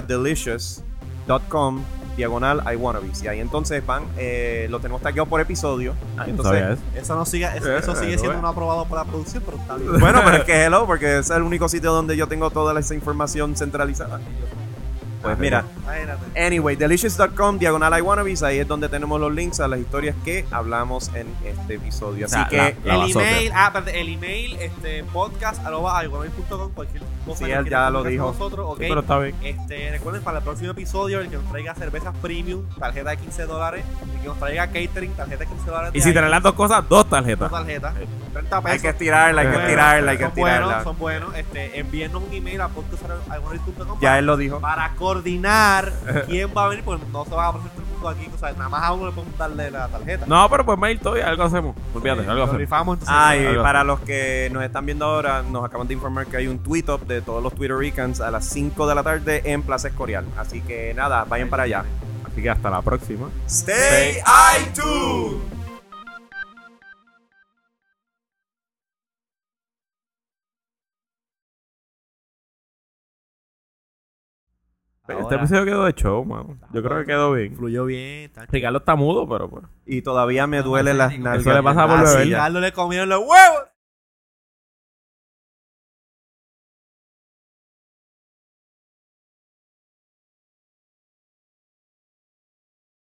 delicious.com/iwannabes. Y ahí entonces van, lo tenemos tagueado por episodio. No Entonces, sabía eso. Eso sigue siendo no aprobado por la producción, pero está bien. bueno, pero es que hello, porque ese es el único sitio donde yo tengo toda esa información centralizada. Pues mira, Imagínate. anyway, delicious.com/iwannabes, ahí es donde tenemos los links a las historias que hablamos en este episodio. O Así sea, que la El email, podcast@iwannabes.com, cualquier cosa Sí, que él quieran ya lo comunicarse dijo. con nosotros, ok. Sí, pero está bien. Recuerden para el próximo episodio el que nos traiga cervezas premium, tarjeta de $15, el que nos traiga catering, tarjeta de $15. Y si tenés las dos cosas, dos tarjetas. dos tarjetas, 30 pesos. hay que estirarla, hay que Bueno, estirarla, hay que son buenos, estirarla. son buenos. Envíennos un email a podcast@iwannabes.com Ya él lo dijo. para coordinar quién va a venir, porque no se va a aparecer todo el mundo banco aquí, o sea, nada más a uno le podemos darle la tarjeta. No, pero pues mail todo y algo hacemos. Olvídate, algo Lo hacemos. rifamos, entonces. Y algo para los que nos están viendo ahora, nos acaban de informar que hay un tweet up de todos los Twitter Ricans a las 5 de la tarde en Plaza Escorial. Así que nada, vayan para allá. Así que hasta la próxima. Stay iTunes. Este Ahora, episodio quedó de show, mano. Yo creo que quedó bien. fluyó bien. Está Ricardo está mudo, pero pues. Y todavía me duelen las nalgas. Eso le pasa por Ah, beber. sí. Ricardo le comieron los huevos.